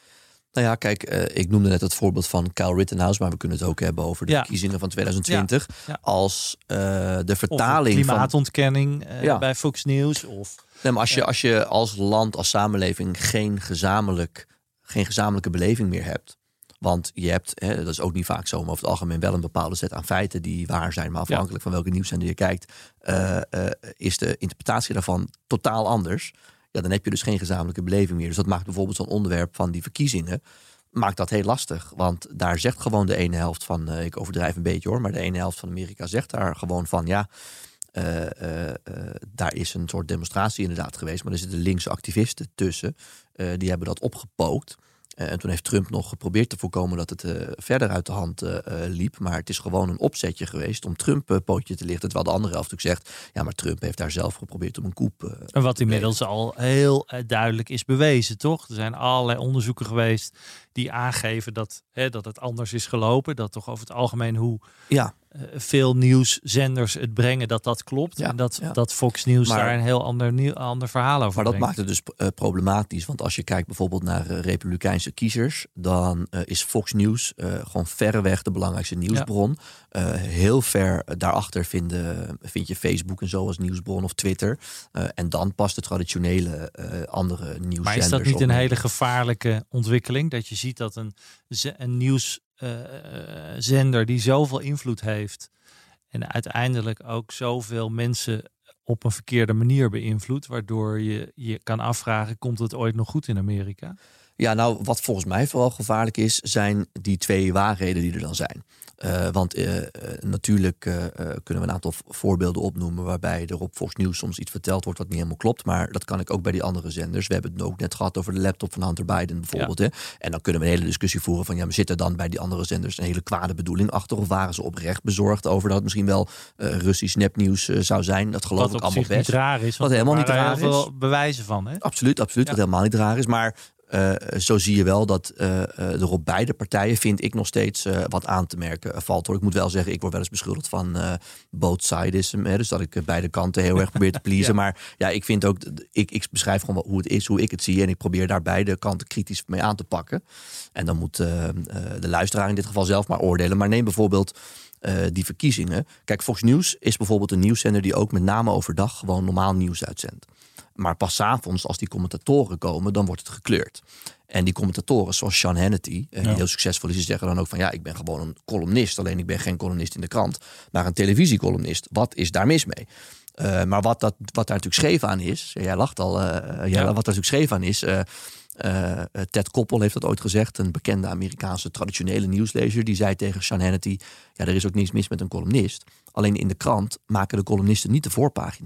[SPEAKER 7] Nou ja, kijk, uh, ik noemde net het voorbeeld van Kyle Rittenhouse, maar we kunnen het ook hebben over de ja. verkiezingen van twintig twintig. Ja. Ja. Als uh, de vertaling
[SPEAKER 9] of klimaatontkenning uh,
[SPEAKER 7] ja.
[SPEAKER 9] bij Fox News. Of,
[SPEAKER 7] nee, maar als je, als je als land, als samenleving geen, gezamenlijk, geen gezamenlijke beleving meer hebt. Want je hebt, hè, dat is ook niet vaak zo, maar over het algemeen wel een bepaalde set aan feiten die waar zijn. Maar afhankelijk ja. van welke nieuwszender je kijkt, uh, uh, is de interpretatie daarvan totaal anders. Ja, dan heb je dus geen gezamenlijke beleving meer. Dus dat maakt bijvoorbeeld zo'n onderwerp van die verkiezingen, maakt dat heel lastig. Want daar zegt gewoon de ene helft van, uh, ik overdrijf een beetje hoor, maar de ene helft van Amerika zegt daar gewoon van, ja, uh, uh, uh, daar is een soort demonstratie inderdaad geweest, maar er zitten linkse activisten tussen. Uh, die hebben dat opgepookt. Uh, en toen heeft Trump nog geprobeerd te voorkomen dat het uh, verder uit de hand uh, liep. Maar het is gewoon een opzetje geweest om Trump uh, pootje te lichten. Terwijl de andere helft natuurlijk zegt, ja, maar Trump heeft daar zelf geprobeerd om een coup uh,
[SPEAKER 9] en wat inmiddels al heel uh, duidelijk is bewezen, toch? Er zijn allerlei onderzoeken geweest die aangeven dat, hè, dat het anders is gelopen. Dat toch over het algemeen hoe
[SPEAKER 7] ja.
[SPEAKER 9] uh, veel nieuwszenders het brengen, dat dat klopt.
[SPEAKER 7] Ja,
[SPEAKER 9] en dat,
[SPEAKER 7] ja.
[SPEAKER 9] dat Fox News
[SPEAKER 7] maar,
[SPEAKER 9] daar een heel ander, nieuw, ander verhaal over
[SPEAKER 7] Maar
[SPEAKER 9] brengt.
[SPEAKER 7] dat maakt het dus uh, problematisch. Want als je kijkt bijvoorbeeld naar uh, Republikeinse kiezers, dan uh, is Fox News uh, gewoon verreweg de belangrijkste nieuwsbron. Ja. Uh, heel ver daarachter vinden, vind je Facebook en zo als nieuwsbron of Twitter. Uh, en dan past de traditionele uh, andere nieuwszenders.
[SPEAKER 9] Maar is dat niet een hele gevaarlijke ontwikkeling? Dat je ziet dat een, een nieuwszender uh, die zoveel invloed heeft en uiteindelijk ook zoveel mensen op een verkeerde manier beïnvloedt, waardoor je je kan afvragen, komt het ooit nog goed in Amerika?
[SPEAKER 7] Ja, nou, wat volgens mij vooral gevaarlijk is, zijn die twee waarheden die er dan zijn. Uh, want uh, uh, natuurlijk uh, uh, kunnen we een aantal voorbeelden opnoemen waarbij er op Fox News soms iets verteld wordt wat niet helemaal klopt. Maar dat kan ik ook bij die andere zenders. We hebben het ook net gehad over de laptop van Hunter Biden bijvoorbeeld. Ja. Hè? En dan kunnen we een hele discussie voeren van, ja, maar zit er dan bij die andere zenders een hele kwade bedoeling achter? Of waren ze oprecht bezorgd over dat het misschien wel uh, Russisch nepnieuws uh, zou zijn? Dat geloof
[SPEAKER 9] wat
[SPEAKER 7] ik allemaal best.
[SPEAKER 9] Wat niet raar is.
[SPEAKER 7] Wat helemaal niet raar is.
[SPEAKER 9] Heel veel bewijzen van. Hè?
[SPEAKER 7] Absoluut, absoluut. Ja. Wat helemaal niet raar is. Maar Uh, zo zie je wel dat uh, er op beide partijen, vind ik, nog steeds uh, wat aan te merken valt. Hoor. Ik moet wel zeggen, ik word wel eens beschuldigd van uh, both sidism. Hè, dus dat ik uh, beide kanten heel erg probeer te pleasen. Ja. Maar ja, ik vind ook, ik, ik beschrijf gewoon hoe het is, hoe ik het zie. En ik probeer daar beide kanten kritisch mee aan te pakken. En dan moet uh, uh, de luisteraar in dit geval zelf maar oordelen. Maar neem bijvoorbeeld uh, die verkiezingen. Kijk, Fox News is bijvoorbeeld een nieuwszender die ook met name overdag gewoon normaal nieuws uitzendt. Maar pas 's avonds, als die commentatoren komen, dan wordt het gekleurd. En die commentatoren, zoals Sean Hannity, ja. die heel succesvol is, die zeggen dan ook van, ja, ik ben gewoon een columnist. Alleen ik ben geen columnist in de krant, maar een televisiecolumnist. Wat is daar mis mee? Uh, maar wat, dat, wat daar natuurlijk scheef aan is, jij lacht al, uh, ja, ja. wat daar natuurlijk scheef aan is, Uh, Uh, Ted Koppel heeft dat ooit gezegd, een bekende Amerikaanse traditionele nieuwslezer, die zei tegen Sean Hannity, ja, er is ook niets mis met een columnist. Alleen in de krant maken de columnisten niet de voorpagina.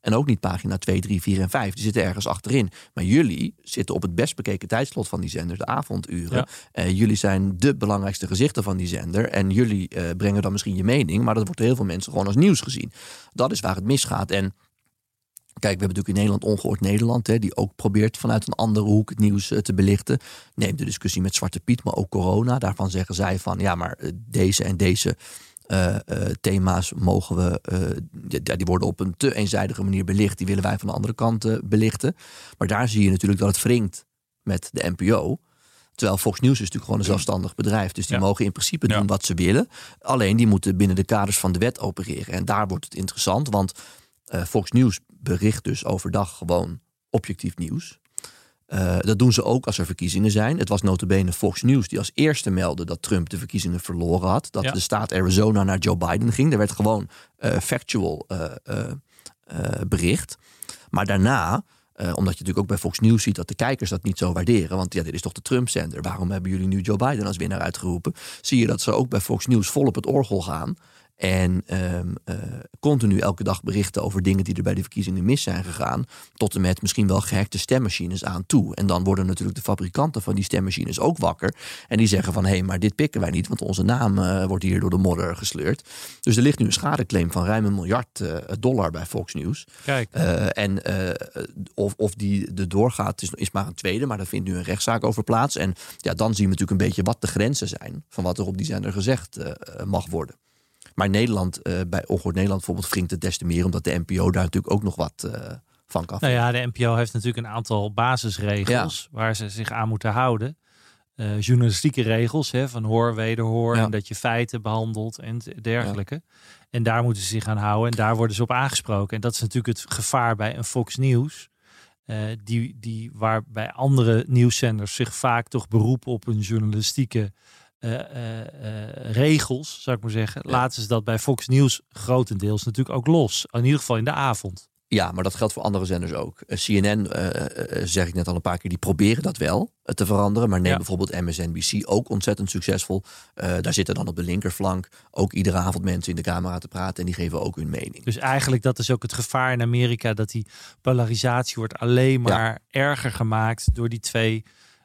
[SPEAKER 7] En ook niet pagina twee, drie, vier en vijf. Die zitten ergens achterin. Maar jullie zitten op het best bekeken tijdslot van die zender, de avonduren. Ja. Uh, jullie zijn de belangrijkste gezichten van die zender. En jullie uh, brengen dan misschien je mening, maar dat wordt door heel veel mensen gewoon als nieuws gezien. Dat is waar het misgaat. En kijk, we hebben natuurlijk in Nederland Ongehoord Nederland, hè, die ook probeert vanuit een andere hoek het nieuws uh, te belichten. Neem de discussie met Zwarte Piet, maar ook corona. Daarvan zeggen zij van, ja, maar uh, deze en deze uh, uh, thema's mogen we, uh, die, die worden op een te eenzijdige manier belicht. Die willen wij van de andere kant uh, belichten. Maar daar zie je natuurlijk dat het wringt met de N P O. Terwijl Fox News is natuurlijk gewoon een zelfstandig bedrijf. Dus die ja. mogen in principe doen ja. wat ze willen. Alleen die moeten binnen de kaders van de wet opereren. En daar wordt het interessant, want uh, Fox News bericht dus overdag gewoon objectief nieuws. Uh, dat doen ze ook als er verkiezingen zijn. Het was nota bene Fox News die als eerste meldde dat Trump de verkiezingen verloren had. Dat ja. de staat Arizona naar Joe Biden ging. Er werd gewoon uh, factual uh, uh, uh, bericht. Maar daarna, uh, omdat je natuurlijk ook bij Fox News ziet dat de kijkers dat niet zo waarderen. Want ja, dit is toch de Trump-zender. Waarom hebben jullie nu Joe Biden als winnaar uitgeroepen? Zie je dat ze ook bij Fox News vol op het orgel gaan. En um, uh, continu elke dag berichten over dingen die er bij de verkiezingen mis zijn gegaan. Tot en met misschien wel gehackte stemmachines aan toe. En dan worden natuurlijk de fabrikanten van die stemmachines ook wakker. En die zeggen van, hé, hey, maar dit pikken wij niet. Want onze naam uh, wordt hier door de modder gesleurd. Dus er ligt nu een schadeclaim van ruim een miljard uh, dollar bij Fox News.
[SPEAKER 9] Kijk.
[SPEAKER 7] Uh, en uh, of, of die er doorgaat is, is maar een tweede. Maar daar vindt nu een rechtszaak over plaats. En ja, dan zien we natuurlijk een beetje wat de grenzen zijn van wat er op die zender gezegd uh, mag worden. Maar in Nederland, uh, bij Ongehoord Nederland bijvoorbeeld, wringt het des te meer, omdat de N P O daar natuurlijk ook nog wat uh, van kan.
[SPEAKER 9] Nou ja, de N P O heeft natuurlijk een aantal basisregels ja. waar ze zich aan moeten houden. Uh, journalistieke regels, hè, van hoor, wederhoor, ja. en dat je feiten behandelt en dergelijke. Ja. En daar moeten ze zich aan houden en daar worden ze op aangesproken. En dat is natuurlijk het gevaar bij een Fox News. Uh, die, die, waar bij andere nieuwszenders zich vaak toch beroepen op een journalistieke Uh, uh, uh, regels, zou ik maar zeggen. Ja. Laten ze dat bij Fox News grotendeels natuurlijk ook los. In ieder geval in de avond.
[SPEAKER 7] Ja, maar dat geldt voor andere zenders ook. Uh, C N N, uh, uh, zeg ik net al een paar keer, die proberen dat wel uh, te veranderen. Maar neem ja. bijvoorbeeld M S N B C, ook ontzettend succesvol. Uh, daar zitten dan op de linkerflank ook iedere avond mensen in de camera te praten. En die geven ook hun mening.
[SPEAKER 9] Dus eigenlijk dat is ook het gevaar in Amerika. Dat die polarisatie wordt alleen maar ja. erger gemaakt door die twee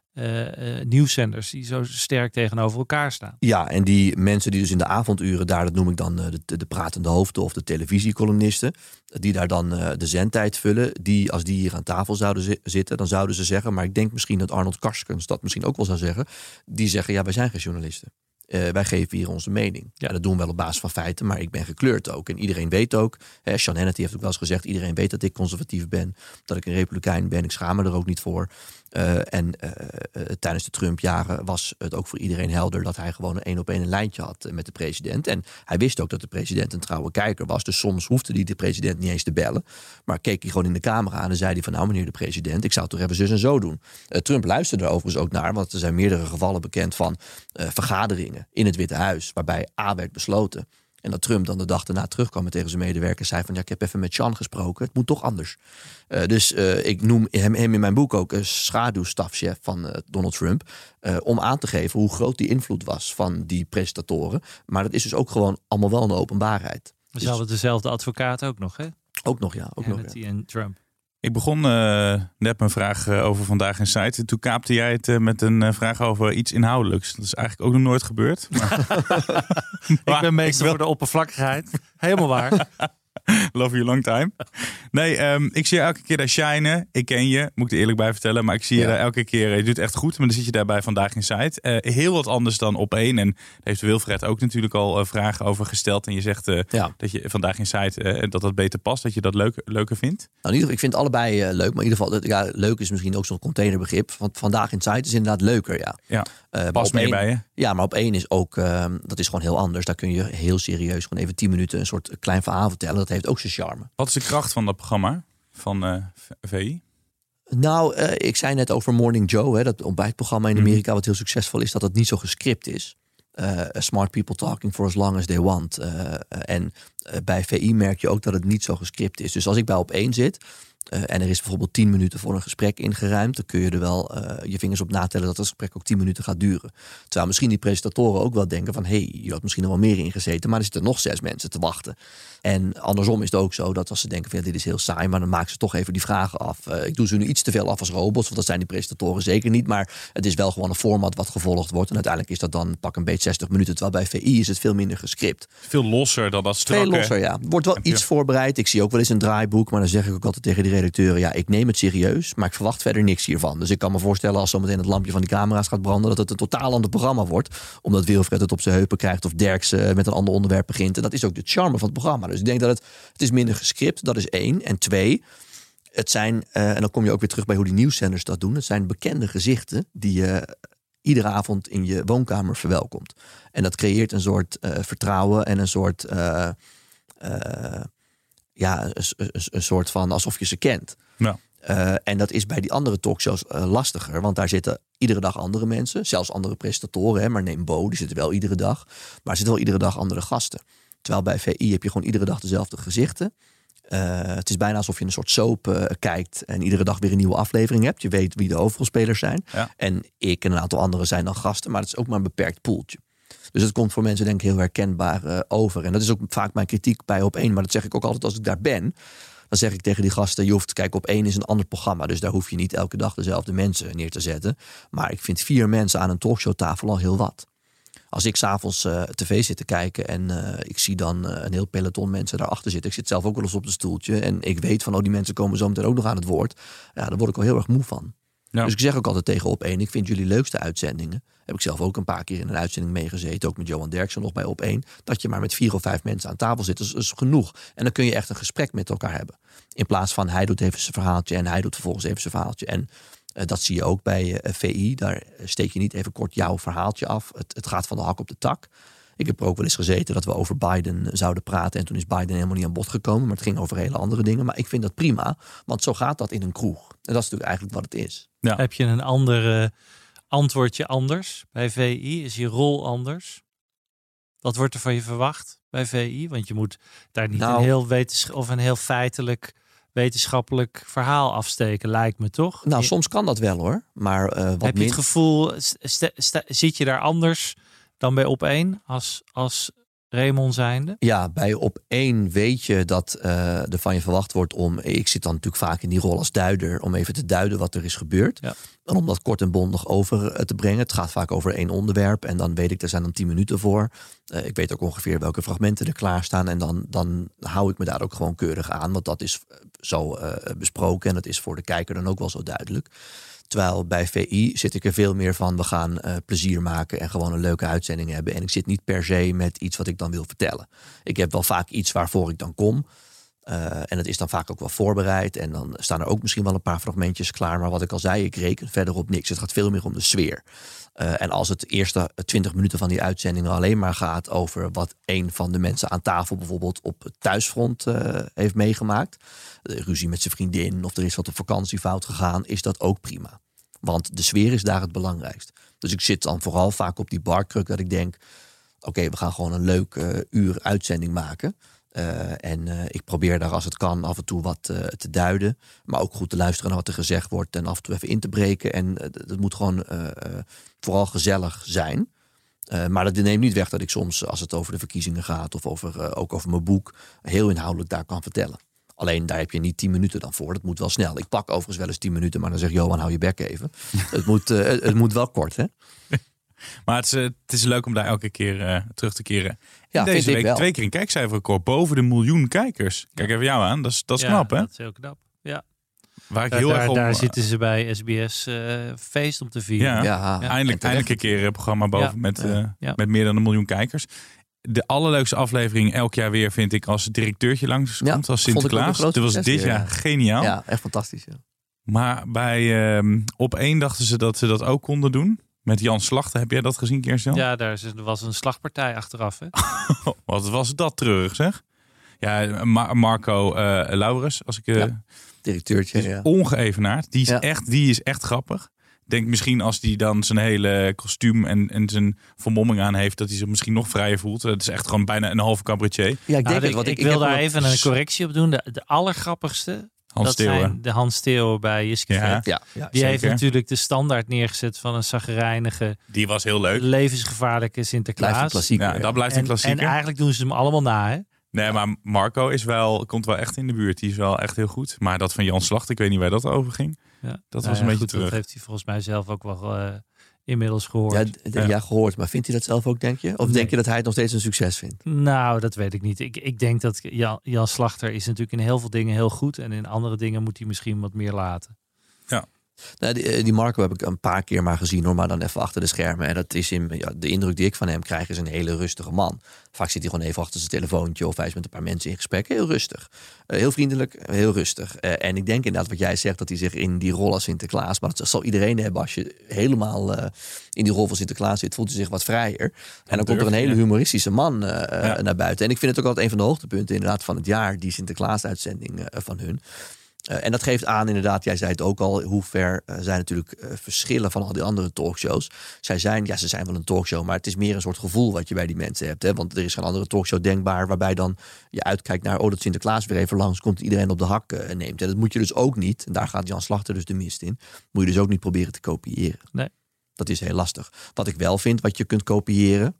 [SPEAKER 9] Uh, uh, nieuwszenders die zo sterk tegenover elkaar staan.
[SPEAKER 7] Ja, en die mensen die dus in de avonduren daar, dat noem ik dan uh, de, de pratende hoofden of de televisiecolumnisten, die daar dan uh, de zendtijd vullen, die als die hier aan tafel zouden zi- zitten, dan zouden ze zeggen, maar ik denk misschien dat Arnold Karskens dat misschien ook wel zou zeggen, die zeggen, ja, wij zijn geen journalisten. Uh, wij geven hier onze mening. Ja. Ja, dat doen we wel op basis van feiten, maar ik ben gekleurd ook. En iedereen weet ook, hè, Sean Hannity heeft ook wel eens gezegd, iedereen weet dat ik conservatief ben, dat ik een republikein ben, ik schaam me er ook niet voor. Uh, en uh, uh, tijdens de Trump-jaren was het ook voor iedereen helder dat hij gewoon een één op één een lijntje had uh, met de president. En hij wist ook dat de president een trouwe kijker was. Dus soms hoefde hij de president niet eens te bellen. Maar keek hij gewoon in de camera aan en zei hij van, nou meneer de president, ik zou toch even zus en zo doen. Uh, Trump luisterde er overigens ook naar, want er zijn meerdere gevallen bekend van uh, vergaderingen in het Witte Huis, waarbij A werd besloten. En dat Trump dan de dag daarna terugkwam en tegen zijn medewerkers zei van, ja, ik heb even met Sean gesproken, het moet toch anders. Uh, dus uh, ik noem hem, hem in mijn boek ook een schaduwstafchef van uh, Donald Trump, uh, om aan te geven hoe groot die invloed was van die presentatoren. Maar dat is dus ook gewoon allemaal wel een openbaarheid.
[SPEAKER 9] We dus hadden dezelfde advocaat ook nog, hè?
[SPEAKER 7] Ook nog, ja. Ook
[SPEAKER 9] Hannity
[SPEAKER 7] nog, ja.
[SPEAKER 9] en Trump.
[SPEAKER 8] Ik begon uh, net mijn vraag uh, over Vandaag in Site. Toen kaapte jij het uh, met een uh, vraag over iets inhoudelijks. Dat is eigenlijk ook nog nooit gebeurd. Maar...
[SPEAKER 9] ik ben meestal voor de oppervlakkigheid. Helemaal waar.
[SPEAKER 8] Love you long time. Nee, um, ik zie je elke keer daar shinen. Ik ken je, moet ik er eerlijk bij vertellen. Maar ik zie je ja. daar elke keer. Je doet het echt goed. Maar dan zit je daar bij Vandaag in Site. Uh, heel wat anders dan op één. En daar heeft Wilfred ook natuurlijk al uh, vragen over gesteld. En je zegt uh, ja. dat je Vandaag in Site uh, dat dat beter past. Dat je dat leuk, leuker vindt.
[SPEAKER 7] Nou, in ieder geval, ik vind het allebei uh, leuk. Maar in ieder geval, ja, leuk is misschien ook zo'n containerbegrip. Want Vandaag in Site is inderdaad leuker, ja.
[SPEAKER 8] Ja,
[SPEAKER 7] uh,
[SPEAKER 8] past meer
[SPEAKER 7] één,
[SPEAKER 8] bij je.
[SPEAKER 7] Ja, maar op één is ook, uh, dat is gewoon heel anders. Daar kun je heel serieus gewoon even tien minuten een soort klein verhaal vertellen. Dat heeft ook zijn charme.
[SPEAKER 8] Wat is de kracht van dat programma van uh, V I?
[SPEAKER 7] Nou, uh, ik zei net over Morning Joe, hè, dat ontbijtprogramma in Amerika mm. wat heel succesvol is, dat het niet zo gescript is. Uh, smart people talking for as long as they want. Uh, uh, en uh, bij V I merk je ook dat het niet zo gescript is. Dus als ik bij op één zit, Uh, en er is bijvoorbeeld tien minuten voor een gesprek ingeruimd. Dan kun je er wel uh, je vingers op natellen dat het gesprek ook tien minuten gaat duren. Terwijl misschien die presentatoren ook wel denken van... hé, hey, je had misschien nog wel meer ingezeten, maar er zitten nog zes mensen te wachten. En andersom is het ook zo dat als ze denken van... ja, dit is heel saai, maar dan maken ze toch even die vragen af. Uh, ik doe ze nu iets te veel af als robots, want dat zijn die presentatoren zeker niet. Maar het is wel gewoon een format wat gevolgd wordt. En uiteindelijk is dat dan pak een beetje zestig minuten. Terwijl bij V I is het veel minder gescript.
[SPEAKER 8] Veel losser dan dat strakke.
[SPEAKER 7] Veel losser, ja. Er wordt wel iets voorbereid. Ik zie ook wel eens een draaiboek, maar dan zeg ik ook altijd tegen die redacteuren... ja, ik neem het serieus, maar ik verwacht verder niks hiervan. Dus ik kan me voorstellen als zometeen het lampje van die camera's gaat branden... dat het een totaal ander programma wordt. Omdat Wilfred het op zijn heupen krijgt of Derks uh, met een ander onderwerp begint. En dat is ook de charme van het programma. Dus ik denk dat het, het is minder gescript, dat is één. En twee, het zijn, uh, en dan kom je ook weer terug bij hoe die nieuwszenders dat doen... het zijn bekende gezichten die je... Uh, iedere avond in je woonkamer verwelkomt. En dat creëert een soort uh, vertrouwen en een soort... Uh, uh, ja, een, een, een soort van alsof je ze kent.
[SPEAKER 8] Ja.
[SPEAKER 7] Uh, en dat is bij die andere talkshows uh, lastiger. Want daar zitten iedere dag andere mensen. Zelfs andere presentatoren. Hè, maar neem Bo, die zitten wel iedere dag. Maar er zitten wel iedere dag andere gasten. Terwijl bij V I heb je gewoon iedere dag dezelfde gezichten. Uh, het is bijna alsof je een soort soap uh, kijkt en iedere dag weer een nieuwe aflevering hebt. Je weet wie de hoofdrolspelers zijn. Ja. En ik en een aantal anderen zijn dan gasten, maar het is ook maar een beperkt poeltje. Dus het komt voor mensen denk ik heel herkenbaar uh, over. En dat is ook vaak mijn kritiek bij Op één. Maar dat zeg ik ook altijd als ik daar ben. Dan zeg ik tegen die gasten, je hoeft te kijken, Op één is een ander programma. Dus daar hoef je niet elke dag dezelfde mensen neer te zetten. Maar ik vind vier mensen aan een talkshowtafel al heel wat. Als ik s'avonds uh, tv zit te kijken en uh, ik zie dan uh, een heel peloton mensen daarachter zitten. Ik zit zelf ook wel eens op het stoeltje. En ik weet van, oh, die mensen komen zo meteen ook nog aan het woord. Ja, daar word ik al heel erg moe van. Ja. Dus ik zeg ook altijd tegen Op één, ik vind jullie leukste uitzendingen. Heb ik zelf ook een paar keer in een uitzending meegezeten. Ook met Johan Derksen nog bij Op één. Dat je maar met vier of vijf mensen aan tafel zit. Dat is, is genoeg. En dan kun je echt een gesprek met elkaar hebben. In plaats van hij doet even zijn verhaaltje en hij doet vervolgens even zijn verhaaltje. En uh, dat zie je ook bij uh, V I. Daar steek je niet even kort jouw verhaaltje af. Het, het gaat van de hak op de tak. Ik heb er ook wel eens gezeten dat we over Biden zouden praten. En toen is Biden helemaal niet aan bod gekomen. Maar het ging over hele andere dingen. Maar ik vind dat prima. Want zo gaat dat in een kroeg. En dat is natuurlijk eigenlijk wat het is.
[SPEAKER 9] Ja. Heb je een ander uh, antwoordje anders bij V I? Is je rol anders? Wat wordt er van je verwacht bij V I? Want je moet daar niet nou, een heel wetensch- of een heel feitelijk wetenschappelijk verhaal afsteken, lijkt me toch?
[SPEAKER 7] Nou, soms kan dat wel hoor. Maar uh, wat
[SPEAKER 9] heb je
[SPEAKER 7] min...
[SPEAKER 9] het gevoel, st- st- zit je daar anders dan bij Op één als, als Raymond zijnde?
[SPEAKER 7] Ja, bij Op één weet je dat uh, er van je verwacht wordt om... Ik zit dan natuurlijk vaak in die rol als duider... om even te duiden wat er is gebeurd. Ja. En om dat kort en bondig over te brengen. Het gaat vaak over één onderwerp. En dan weet ik, er zijn dan tien minuten voor. Uh, ik weet ook ongeveer welke fragmenten er klaarstaan. En dan, dan hou ik me daar ook gewoon keurig aan. Want dat is zo uh, besproken. En dat is voor de kijker dan ook wel zo duidelijk. Terwijl bij V I zit ik er veel meer van, we gaan uh, plezier maken en gewoon een leuke uitzending hebben. En ik zit niet per se met iets wat ik dan wil vertellen. Ik heb wel vaak iets waarvoor ik dan kom. Uh, en het is dan vaak ook wel voorbereid. En dan staan er ook misschien wel een paar fragmentjes klaar. Maar wat ik al zei, ik reken verder op niks. Het gaat veel meer om de sfeer. Uh, en als het eerste twintig minuten van die uitzending alleen maar gaat over wat een van de mensen aan tafel bijvoorbeeld op het thuisfront uh, heeft meegemaakt. Uh, ruzie met zijn vriendin of er is wat op vakantie fout gegaan, is dat ook prima. Want de sfeer is daar het belangrijkst. Dus ik zit dan vooral vaak op die barkruk dat ik denk, oké, okay, we gaan gewoon een leuk uh, uur uitzending maken. Uh, en uh, ik probeer daar als het kan af en toe wat uh, te duiden. Maar ook goed te luisteren naar wat er gezegd wordt. En af en toe even in te breken. En uh, het moet gewoon uh, uh, vooral gezellig zijn. Uh, maar dat neemt niet weg dat ik soms, als het over de verkiezingen gaat... of over, uh, ook over mijn boek, heel inhoudelijk daar kan vertellen. Alleen daar heb je niet tien minuten dan voor. Dat moet wel snel. Ik pak overigens wel eens tien minuten, maar dan zeg Johan, hou je bek even. het, moet, uh, het, het moet wel kort, hè?
[SPEAKER 8] Maar het is, uh, het is leuk om daar elke keer uh, terug te keren.
[SPEAKER 7] Ja,
[SPEAKER 8] deze week
[SPEAKER 7] wel.
[SPEAKER 8] twee keer een kijkcijferrecord boven de miljoen kijkers. Kijk even jou aan, dat is, dat is
[SPEAKER 9] ja,
[SPEAKER 8] knap, hè?
[SPEAKER 9] Dat is heel knap, ja.
[SPEAKER 8] Waar ik
[SPEAKER 9] daar
[SPEAKER 8] heel
[SPEAKER 9] daar,
[SPEAKER 8] erg om,
[SPEAKER 9] daar zitten ze bij S B S uh, feest om te vieren.
[SPEAKER 8] Ja,
[SPEAKER 7] ja,
[SPEAKER 8] ja. Eindelijk, eindelijk een keer een programma boven ja. met, uh, ja. met meer dan een miljoen kijkers. De allerleukste aflevering elk jaar weer vind ik als het directeurtje langs komt, ja, als Sinterklaas. Dat was dit jaar ja. geniaal.
[SPEAKER 7] Ja, echt fantastisch. Ja.
[SPEAKER 8] Maar bij uh, Op één dachten ze dat ze dat ook konden doen. Met Jan Slachter, heb jij dat gezien, Kirsten?
[SPEAKER 9] Ja, daar was een slagpartij achteraf. Hè?
[SPEAKER 8] Wat was dat treurig, zeg. Ja, Mar- Marco uh, Laurens, als ik... Uh,
[SPEAKER 7] ja, directeurtje,
[SPEAKER 8] is
[SPEAKER 7] ja.
[SPEAKER 8] ongeëvenaard. Die is,
[SPEAKER 7] ja.
[SPEAKER 8] echt, die is echt grappig. Denk misschien als hij dan zijn hele kostuum en, en zijn vermomming aan heeft, dat hij zich misschien nog vrijer voelt. Het is echt gewoon bijna een halve cabaretier.
[SPEAKER 7] Ja, ik denk
[SPEAKER 9] nou,
[SPEAKER 7] het,
[SPEAKER 9] ik,
[SPEAKER 7] want
[SPEAKER 9] ik,
[SPEAKER 7] ik,
[SPEAKER 9] wil
[SPEAKER 7] ik
[SPEAKER 9] daar
[SPEAKER 7] heb
[SPEAKER 9] even een correctie op doen. De, de allergrappigste
[SPEAKER 8] Hans
[SPEAKER 9] dat
[SPEAKER 8] Steeuwen.
[SPEAKER 9] zijn de Hans Steeuwen bij Jiske
[SPEAKER 8] Ja.
[SPEAKER 9] Vet.
[SPEAKER 7] Ja, ja,
[SPEAKER 9] Die
[SPEAKER 7] zeker.
[SPEAKER 9] heeft natuurlijk de standaard neergezet van een chagrijnige,
[SPEAKER 8] Die was heel leuk.
[SPEAKER 9] levensgevaarlijke Sinterklaas.
[SPEAKER 7] Blijft een klassieker.
[SPEAKER 8] Ja, dat blijft een
[SPEAKER 9] En,
[SPEAKER 8] klassieker.
[SPEAKER 9] en eigenlijk doen ze hem allemaal na, hè?
[SPEAKER 8] Nee, maar Marco is wel, komt wel echt in de buurt. Die is wel echt heel goed. Maar dat van Jan Slachter, ik weet niet waar dat over ging.
[SPEAKER 9] Ja.
[SPEAKER 8] Dat
[SPEAKER 9] Nou
[SPEAKER 8] was
[SPEAKER 9] ja,
[SPEAKER 8] een beetje
[SPEAKER 9] goed,
[SPEAKER 8] terug.
[SPEAKER 9] dat heeft hij volgens mij zelf ook wel uh, inmiddels gehoord.
[SPEAKER 7] Ja, d- ja. ja, gehoord. Maar vindt hij dat zelf ook, denk je? Of
[SPEAKER 9] Nee.
[SPEAKER 7] denk je dat hij het nog steeds een succes vindt?
[SPEAKER 9] Nou, dat weet ik niet. Ik, ik denk dat Jan, Jan Slachter is natuurlijk in heel veel dingen heel goed. En in andere dingen moet hij misschien wat meer laten.
[SPEAKER 8] Ja.
[SPEAKER 7] Nou, die, die Marco heb ik een paar keer maar gezien, hoor, maar dan even achter de schermen. En dat is in, ja, de indruk die ik van hem krijg is een hele rustige man. Vaak zit hij gewoon even achter zijn telefoontje of hij is met een paar mensen in gesprek. Heel rustig. Uh, heel vriendelijk, heel rustig. Uh, en ik denk inderdaad wat jij zegt, dat hij zich in die rol als Sinterklaas, maar dat zal iedereen hebben als je helemaal uh, in die rol van Sinterklaas zit, voelt hij zich wat vrijer. En dan komt er een hele humoristische man uh, ja. naar buiten. En ik vind het ook altijd een van de hoogtepunten inderdaad van het jaar, die Sinterklaas-uitzending uh, van hun. Uh, en dat geeft aan, inderdaad, jij zei het ook al, hoe ver uh, zijn natuurlijk uh, verschillen van al die andere talkshows. Zij zijn, ja, ze zijn wel een talkshow, maar het is meer een soort gevoel wat je bij die mensen hebt. Hè? Want er is geen andere talkshow denkbaar waarbij dan je uitkijkt naar, oh, dat Sinterklaas weer even langs komt, iedereen op de hak uh, neemt. En dat moet je dus ook niet, en daar gaat Jan Slachter dus de mist in, moet je dus ook niet proberen te kopiëren.
[SPEAKER 9] Nee.
[SPEAKER 7] Dat is heel lastig. Wat ik wel vind, wat je kunt kopiëren,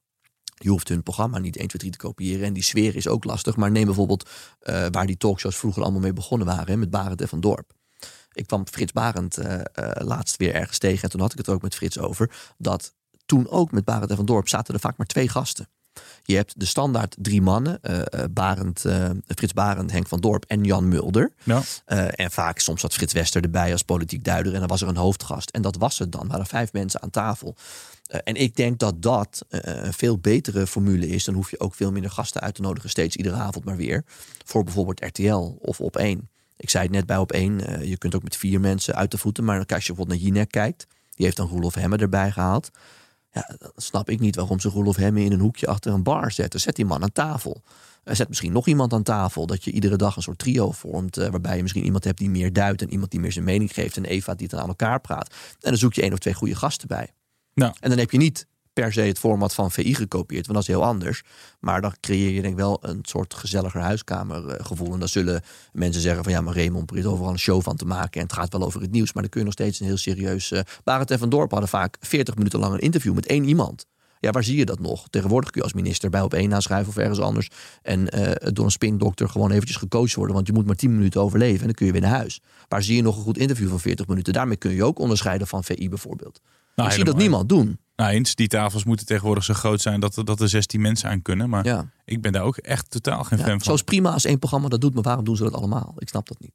[SPEAKER 7] je hoeft hun programma niet één, twee, drie te kopiëren. En die sfeer is ook lastig. Maar neem bijvoorbeeld uh, waar die talkshows vroeger allemaal mee begonnen waren. Hè, met Barend en Van Dorp. Ik kwam Frits Barend uh, uh, laatst weer ergens tegen. En toen had ik het er ook met Frits over. Dat toen ook met Barend en Van Dorp zaten er vaak maar twee gasten. Je hebt de standaard drie mannen. Uh, Barend, uh, Frits Barend, Henk van Dorp en Jan Mulder.
[SPEAKER 8] Ja.
[SPEAKER 7] Uh, en vaak soms zat Frits Wester erbij als politiek duider. En dan was er een hoofdgast. En dat was het dan. Er waren vijf mensen aan tafel. Uh, en ik denk dat dat uh, een veel betere formule is. Dan hoef je ook veel minder gasten uit te nodigen. Steeds iedere avond maar weer. Voor bijvoorbeeld R T L of Op één. Ik zei het net bij Op één. Uh, je kunt ook met vier mensen uit de voeten. Maar als je bijvoorbeeld naar Jinek kijkt. Die heeft dan Roelof Hemme erbij gehaald. Ja, dan snap ik niet waarom ze Roelof Hemme in een hoekje achter een bar zetten. Zet die man aan tafel. Zet misschien nog iemand aan tafel. Dat je iedere dag een soort trio vormt. Uh, waarbij je misschien iemand hebt die meer duidt. En iemand die meer zijn mening geeft. En Eva die het dan aan elkaar praat. En dan zoek je één of twee goede gasten bij.
[SPEAKER 8] Nou.
[SPEAKER 7] En dan heb je niet per se het format van V I gekopieerd. Want dat is heel anders. Maar dan creëer je denk ik wel een soort gezelliger huiskamergevoel. En dan zullen mensen zeggen van ja, maar Raymond probeert overal een show van te maken. En het gaat wel over het nieuws. Maar dan kun je nog steeds een heel serieus... Uh, Barend en Van Dorp hadden vaak veertig minuten lang een interview met één iemand. Ja, waar zie je dat nog? Tegenwoordig kun je als minister bij Op één aanschuiven of ergens anders. En uh, door een spindokter gewoon eventjes gecoacht worden. Want je moet maar tien minuten overleven en dan kun je weer naar huis. Waar zie je nog een goed interview van veertig minuten? Daarmee kun je ook onderscheiden van V I bijvoorbeeld. Nou, ik zie dat niemand doen.
[SPEAKER 8] Nou, eens, die tafels moeten tegenwoordig zo groot zijn dat er, dat er zestien mensen aan kunnen. Maar ja. ik ben daar ook echt totaal geen
[SPEAKER 7] ja,
[SPEAKER 8] fan van.
[SPEAKER 7] Zo is prima als één programma dat doet, maar waarom doen ze dat allemaal? Ik snap dat niet.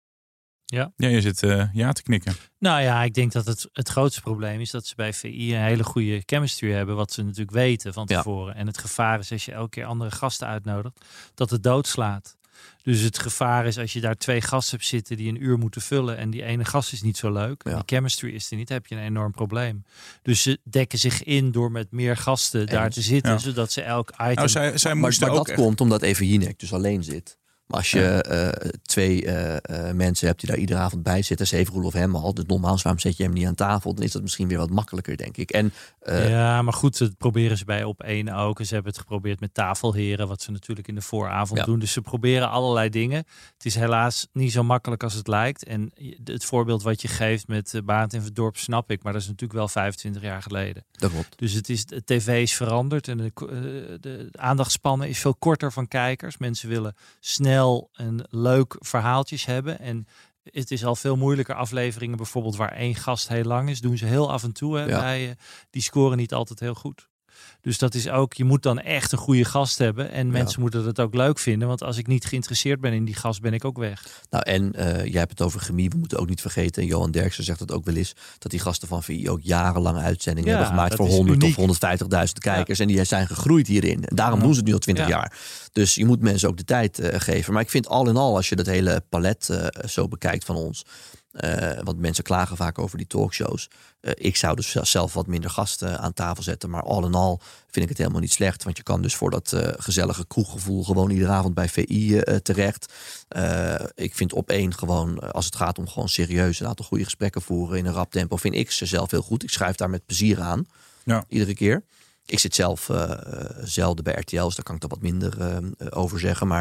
[SPEAKER 9] Ja,
[SPEAKER 8] ja je zit uh, ja te knikken.
[SPEAKER 9] Nou ja, ik denk dat het, het grootste probleem is dat ze bij V I een hele goede chemistry hebben. Wat ze natuurlijk weten van tevoren. Ja. En het gevaar is als je elke keer andere gasten uitnodigt, dat het doodslaat. Dus het gevaar is als je daar twee gasten hebt zitten die een uur moeten vullen en die ene gast is niet zo leuk. Ja. Die chemistry is er niet, dan heb je een enorm probleem. Dus ze dekken zich in door met meer gasten en, daar te zitten, ja. zodat ze elk item...
[SPEAKER 8] Nou, zij, zij
[SPEAKER 7] maar maar
[SPEAKER 8] ook
[SPEAKER 7] dat
[SPEAKER 8] echt...
[SPEAKER 7] komt omdat even Jinek dus alleen zit. Maar als je ja. uh, twee uh, uh, mensen hebt die daar iedere avond bij zitten, zeven Roelof Hemme al, dus normaal waarom zet je hem niet aan tafel? Dan is dat misschien weer wat makkelijker, denk ik. En, uh,
[SPEAKER 9] ja, maar goed, dat proberen ze bij Op één ook. En ze hebben het geprobeerd met tafelheren, wat ze natuurlijk in de vooravond ja. doen. Dus ze proberen allerlei dingen. Het is helaas niet zo makkelijk als het lijkt. En het voorbeeld wat je geeft met uh, Barend en Van Dorp snap ik, maar dat is natuurlijk wel vijfentwintig jaar geleden.
[SPEAKER 7] Dat klopt.
[SPEAKER 9] Dus het is, de tv is veranderd en de, uh, de aandachtspannen is veel korter van kijkers. Mensen willen snel en leuk verhaaltjes hebben. En het is al veel moeilijker afleveringen bijvoorbeeld waar één gast heel lang is. Doen ze heel af en toe. Hè, ja. bij, die scoren niet altijd heel goed. Dus dat is ook, je moet dan echt een goede gast hebben. En mensen ja. moeten het ook leuk vinden. Want als ik niet geïnteresseerd ben in die gast, ben ik ook weg.
[SPEAKER 7] Nou, en uh, jij hebt het over chemie. We moeten ook niet vergeten, en Johan Derksen zegt dat ook wel eens, dat die gasten van V I ook jarenlange uitzendingen ja, hebben gemaakt voor honderd of honderdvijftigduizend kijkers. Ja. En die zijn gegroeid hierin. En daarom ja. doen ze het nu al twintig ja. jaar. Dus je moet mensen ook de tijd uh, geven. Maar ik vind al in al, als je dat hele palet uh, zo bekijkt van ons, Uh, want mensen klagen vaak over die talkshows. Uh, ik zou dus zelf wat minder gasten aan tafel zetten. Maar al in al vind ik het helemaal niet slecht. Want je kan dus voor dat uh, gezellige kroeggevoel gewoon iedere avond bij V I uh, terecht. Uh, ik vind Op één gewoon, als het gaat om gewoon serieus een aantal goede gesprekken voeren in een rap tempo, vind ik ze zelf heel goed. Ik schrijf daar met plezier aan. Ja. Iedere keer. Ik zit zelf uh, zelden bij R T L, dus daar kan ik er wat minder uh, over zeggen. Maar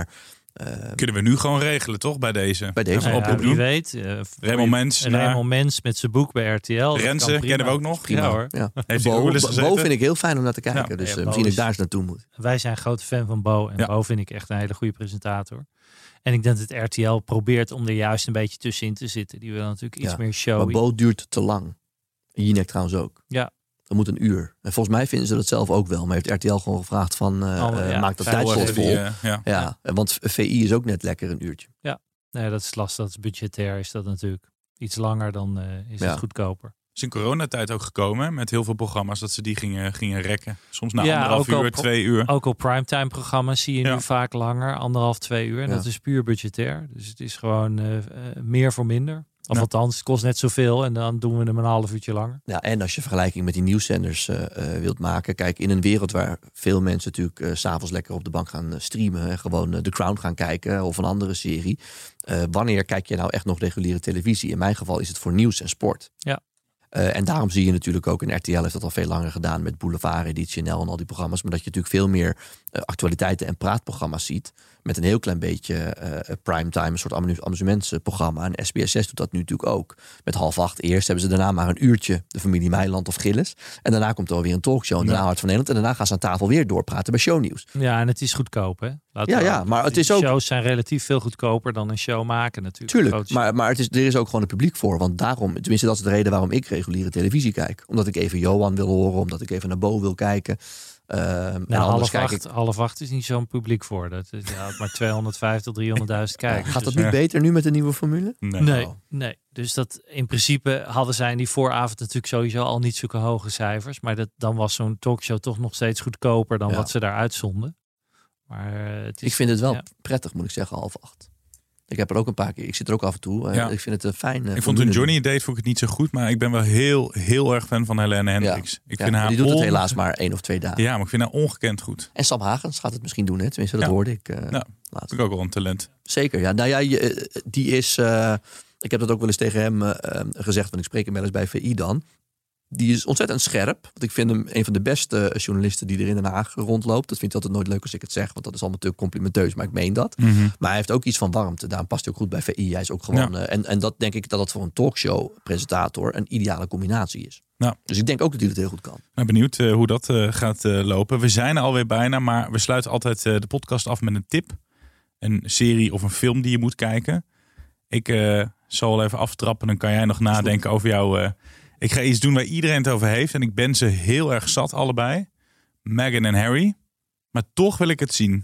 [SPEAKER 7] Uh,
[SPEAKER 8] Kunnen we nu gewoon regelen, toch? Bij deze.
[SPEAKER 7] Bij deze.
[SPEAKER 9] Nou ja, wie weet. Uh,
[SPEAKER 8] Raymond Mens.
[SPEAKER 9] Raymond Mens met zijn boek bij R T L.
[SPEAKER 8] Renze kennen we ook nog.
[SPEAKER 7] Prima.
[SPEAKER 9] Ja, hoor.
[SPEAKER 7] Ja.
[SPEAKER 8] Heeft
[SPEAKER 7] Bo,
[SPEAKER 8] Bo,
[SPEAKER 7] Bo vind ik heel fijn om naar te kijken. Ja. Dus
[SPEAKER 9] ja,
[SPEAKER 7] uh, misschien dat ik daar eens naartoe moet.
[SPEAKER 9] Wij zijn grote fan van Bo. En ja. Bo vind ik echt een hele goede presentator. En ik denk dat het R T L probeert om er juist een beetje tussenin te zitten. Die wil natuurlijk iets
[SPEAKER 7] ja.
[SPEAKER 9] meer show.
[SPEAKER 7] Maar Bo duurt te lang. Jinek trouwens ook.
[SPEAKER 9] Ja.
[SPEAKER 7] Dat moet een uur. En volgens mij vinden ze dat zelf ook wel. Maar heeft R T L gewoon gevraagd van... Uh, oh, ja. maak dat tijdslot vol. Uh, ja. Ja. Want V I is ook net lekker een uurtje.
[SPEAKER 9] Ja, nee, dat is lastig. Dat is budgetair is dat natuurlijk. Iets langer dan uh, is ja. het goedkoper.
[SPEAKER 8] Is in coronatijd ook gekomen met heel veel programma's dat ze die gingen, gingen rekken. Soms na ja, anderhalf uur, al, twee uur.
[SPEAKER 9] Ook al primetime programma's zie je ja. nu vaak langer. Anderhalf, twee uur. En ja. dat is puur budgetair. Dus het is gewoon uh, uh, meer voor minder. Of ja. althans, het kost net zoveel en dan doen we hem een half uurtje langer. Ja,
[SPEAKER 7] en als je vergelijking met die nieuwszenders uh, uh, wilt maken. Kijk, in een wereld waar veel mensen natuurlijk uh, 's avonds lekker op de bank gaan uh, streamen. En gewoon uh, The Crown gaan kijken of een andere serie. Uh, wanneer kijk je nou echt nog reguliere televisie? In mijn geval is het voor nieuws en sport.
[SPEAKER 9] Ja.
[SPEAKER 7] Uh, en daarom zie je natuurlijk ook, en R T L heeft dat al veel langer gedaan met Boulevard, Editie N L en al die programma's. Maar dat je natuurlijk veel meer uh, actualiteiten en praatprogramma's ziet. Met een heel klein beetje uh, primetime, een soort amusementsprogramma. En S B S zes doet dat nu natuurlijk ook. Met half acht eerst hebben ze daarna maar een uurtje de familie Meiland of Gillis. En daarna komt er alweer een talkshow. En daarna ja. Hart van Nederland. En daarna gaan ze aan tafel weer doorpraten bij shownieuws.
[SPEAKER 9] Ja, en het is goedkoop, hè?
[SPEAKER 7] Laten ja, ja, maar het is ook...
[SPEAKER 9] shows zijn relatief veel goedkoper dan een show maken natuurlijk.
[SPEAKER 7] Tuurlijk, maar, maar het is, er is ook gewoon een publiek voor. Want daarom, tenminste dat is de reden waarom ik reguliere televisie kijk. Omdat ik even Johan wil horen, omdat ik even naar Bo wil kijken. Uh,
[SPEAKER 9] nou, half, acht, ik... half acht is niet zo'n publiek voor. Dat is ja, maar tweehonderdvijftig tot driehonderdduizend kijkers.
[SPEAKER 7] Ja, gaat dat
[SPEAKER 9] dus,
[SPEAKER 7] niet ja. beter nu met de nieuwe formule?
[SPEAKER 9] Nee. Nee, nee. Dus dat in principe hadden zij in die vooravond natuurlijk sowieso al niet zulke hoge cijfers. Maar dat, dan was zo'n talkshow toch nog steeds goedkoper dan ja. wat ze daar uitzonden. Maar uh, het is,
[SPEAKER 7] ik vind het wel
[SPEAKER 9] ja.
[SPEAKER 7] prettig, moet ik zeggen, half acht. Ik heb er ook een paar keer. Ik zit er ook af en toe. Ja. Ik vind het een fijn. Uh,
[SPEAKER 8] ik vond toen Johnny het deed, vond ik het niet zo goed. Maar ik ben wel heel, heel erg fan van Helene Hendricks. Ja. Ik
[SPEAKER 7] ja,
[SPEAKER 8] vind haar
[SPEAKER 7] die doet
[SPEAKER 8] onge...
[SPEAKER 7] het helaas maar één of twee dagen.
[SPEAKER 8] Ja, maar ik vind haar ongekend goed.
[SPEAKER 7] En Sam Hagens gaat het misschien doen, hè? Tenminste, dat ja. hoorde ik. Uh,
[SPEAKER 8] ja, dat vind ik ook wel een talent.
[SPEAKER 7] Zeker, ja. Nou ja, je, die is... Uh, ik heb dat ook wel eens tegen hem uh, gezegd. Want ik spreek hem wel eens bij V I dan. Die is ontzettend scherp. Want ik vind hem een van de beste journalisten die er in Den Haag rondloopt. Dat vind ik altijd nooit leuk als ik het zeg. Want dat is allemaal te complimenteus. Maar ik meen dat. Mm-hmm. Maar hij heeft ook iets van warmte. Daarom past hij ook goed bij V I. Hij is ook gewoon... Ja. Uh, en, en dat denk ik dat dat voor een talkshow presentator een ideale combinatie is. Ja. Dus ik denk ook dat hij het heel goed kan.
[SPEAKER 8] Nou, benieuwd uh, hoe dat uh, gaat uh, lopen. We zijn er alweer bijna. Maar we sluiten altijd uh, de podcast af met een tip. Een serie of een film die je moet kijken. Ik uh, zal wel even aftrappen. Dan kan jij nog nadenken over jouw... Uh, Ik ga iets doen waar iedereen het over heeft. En ik ben ze heel erg zat allebei. Meghan en Harry. Maar toch wil ik het zien.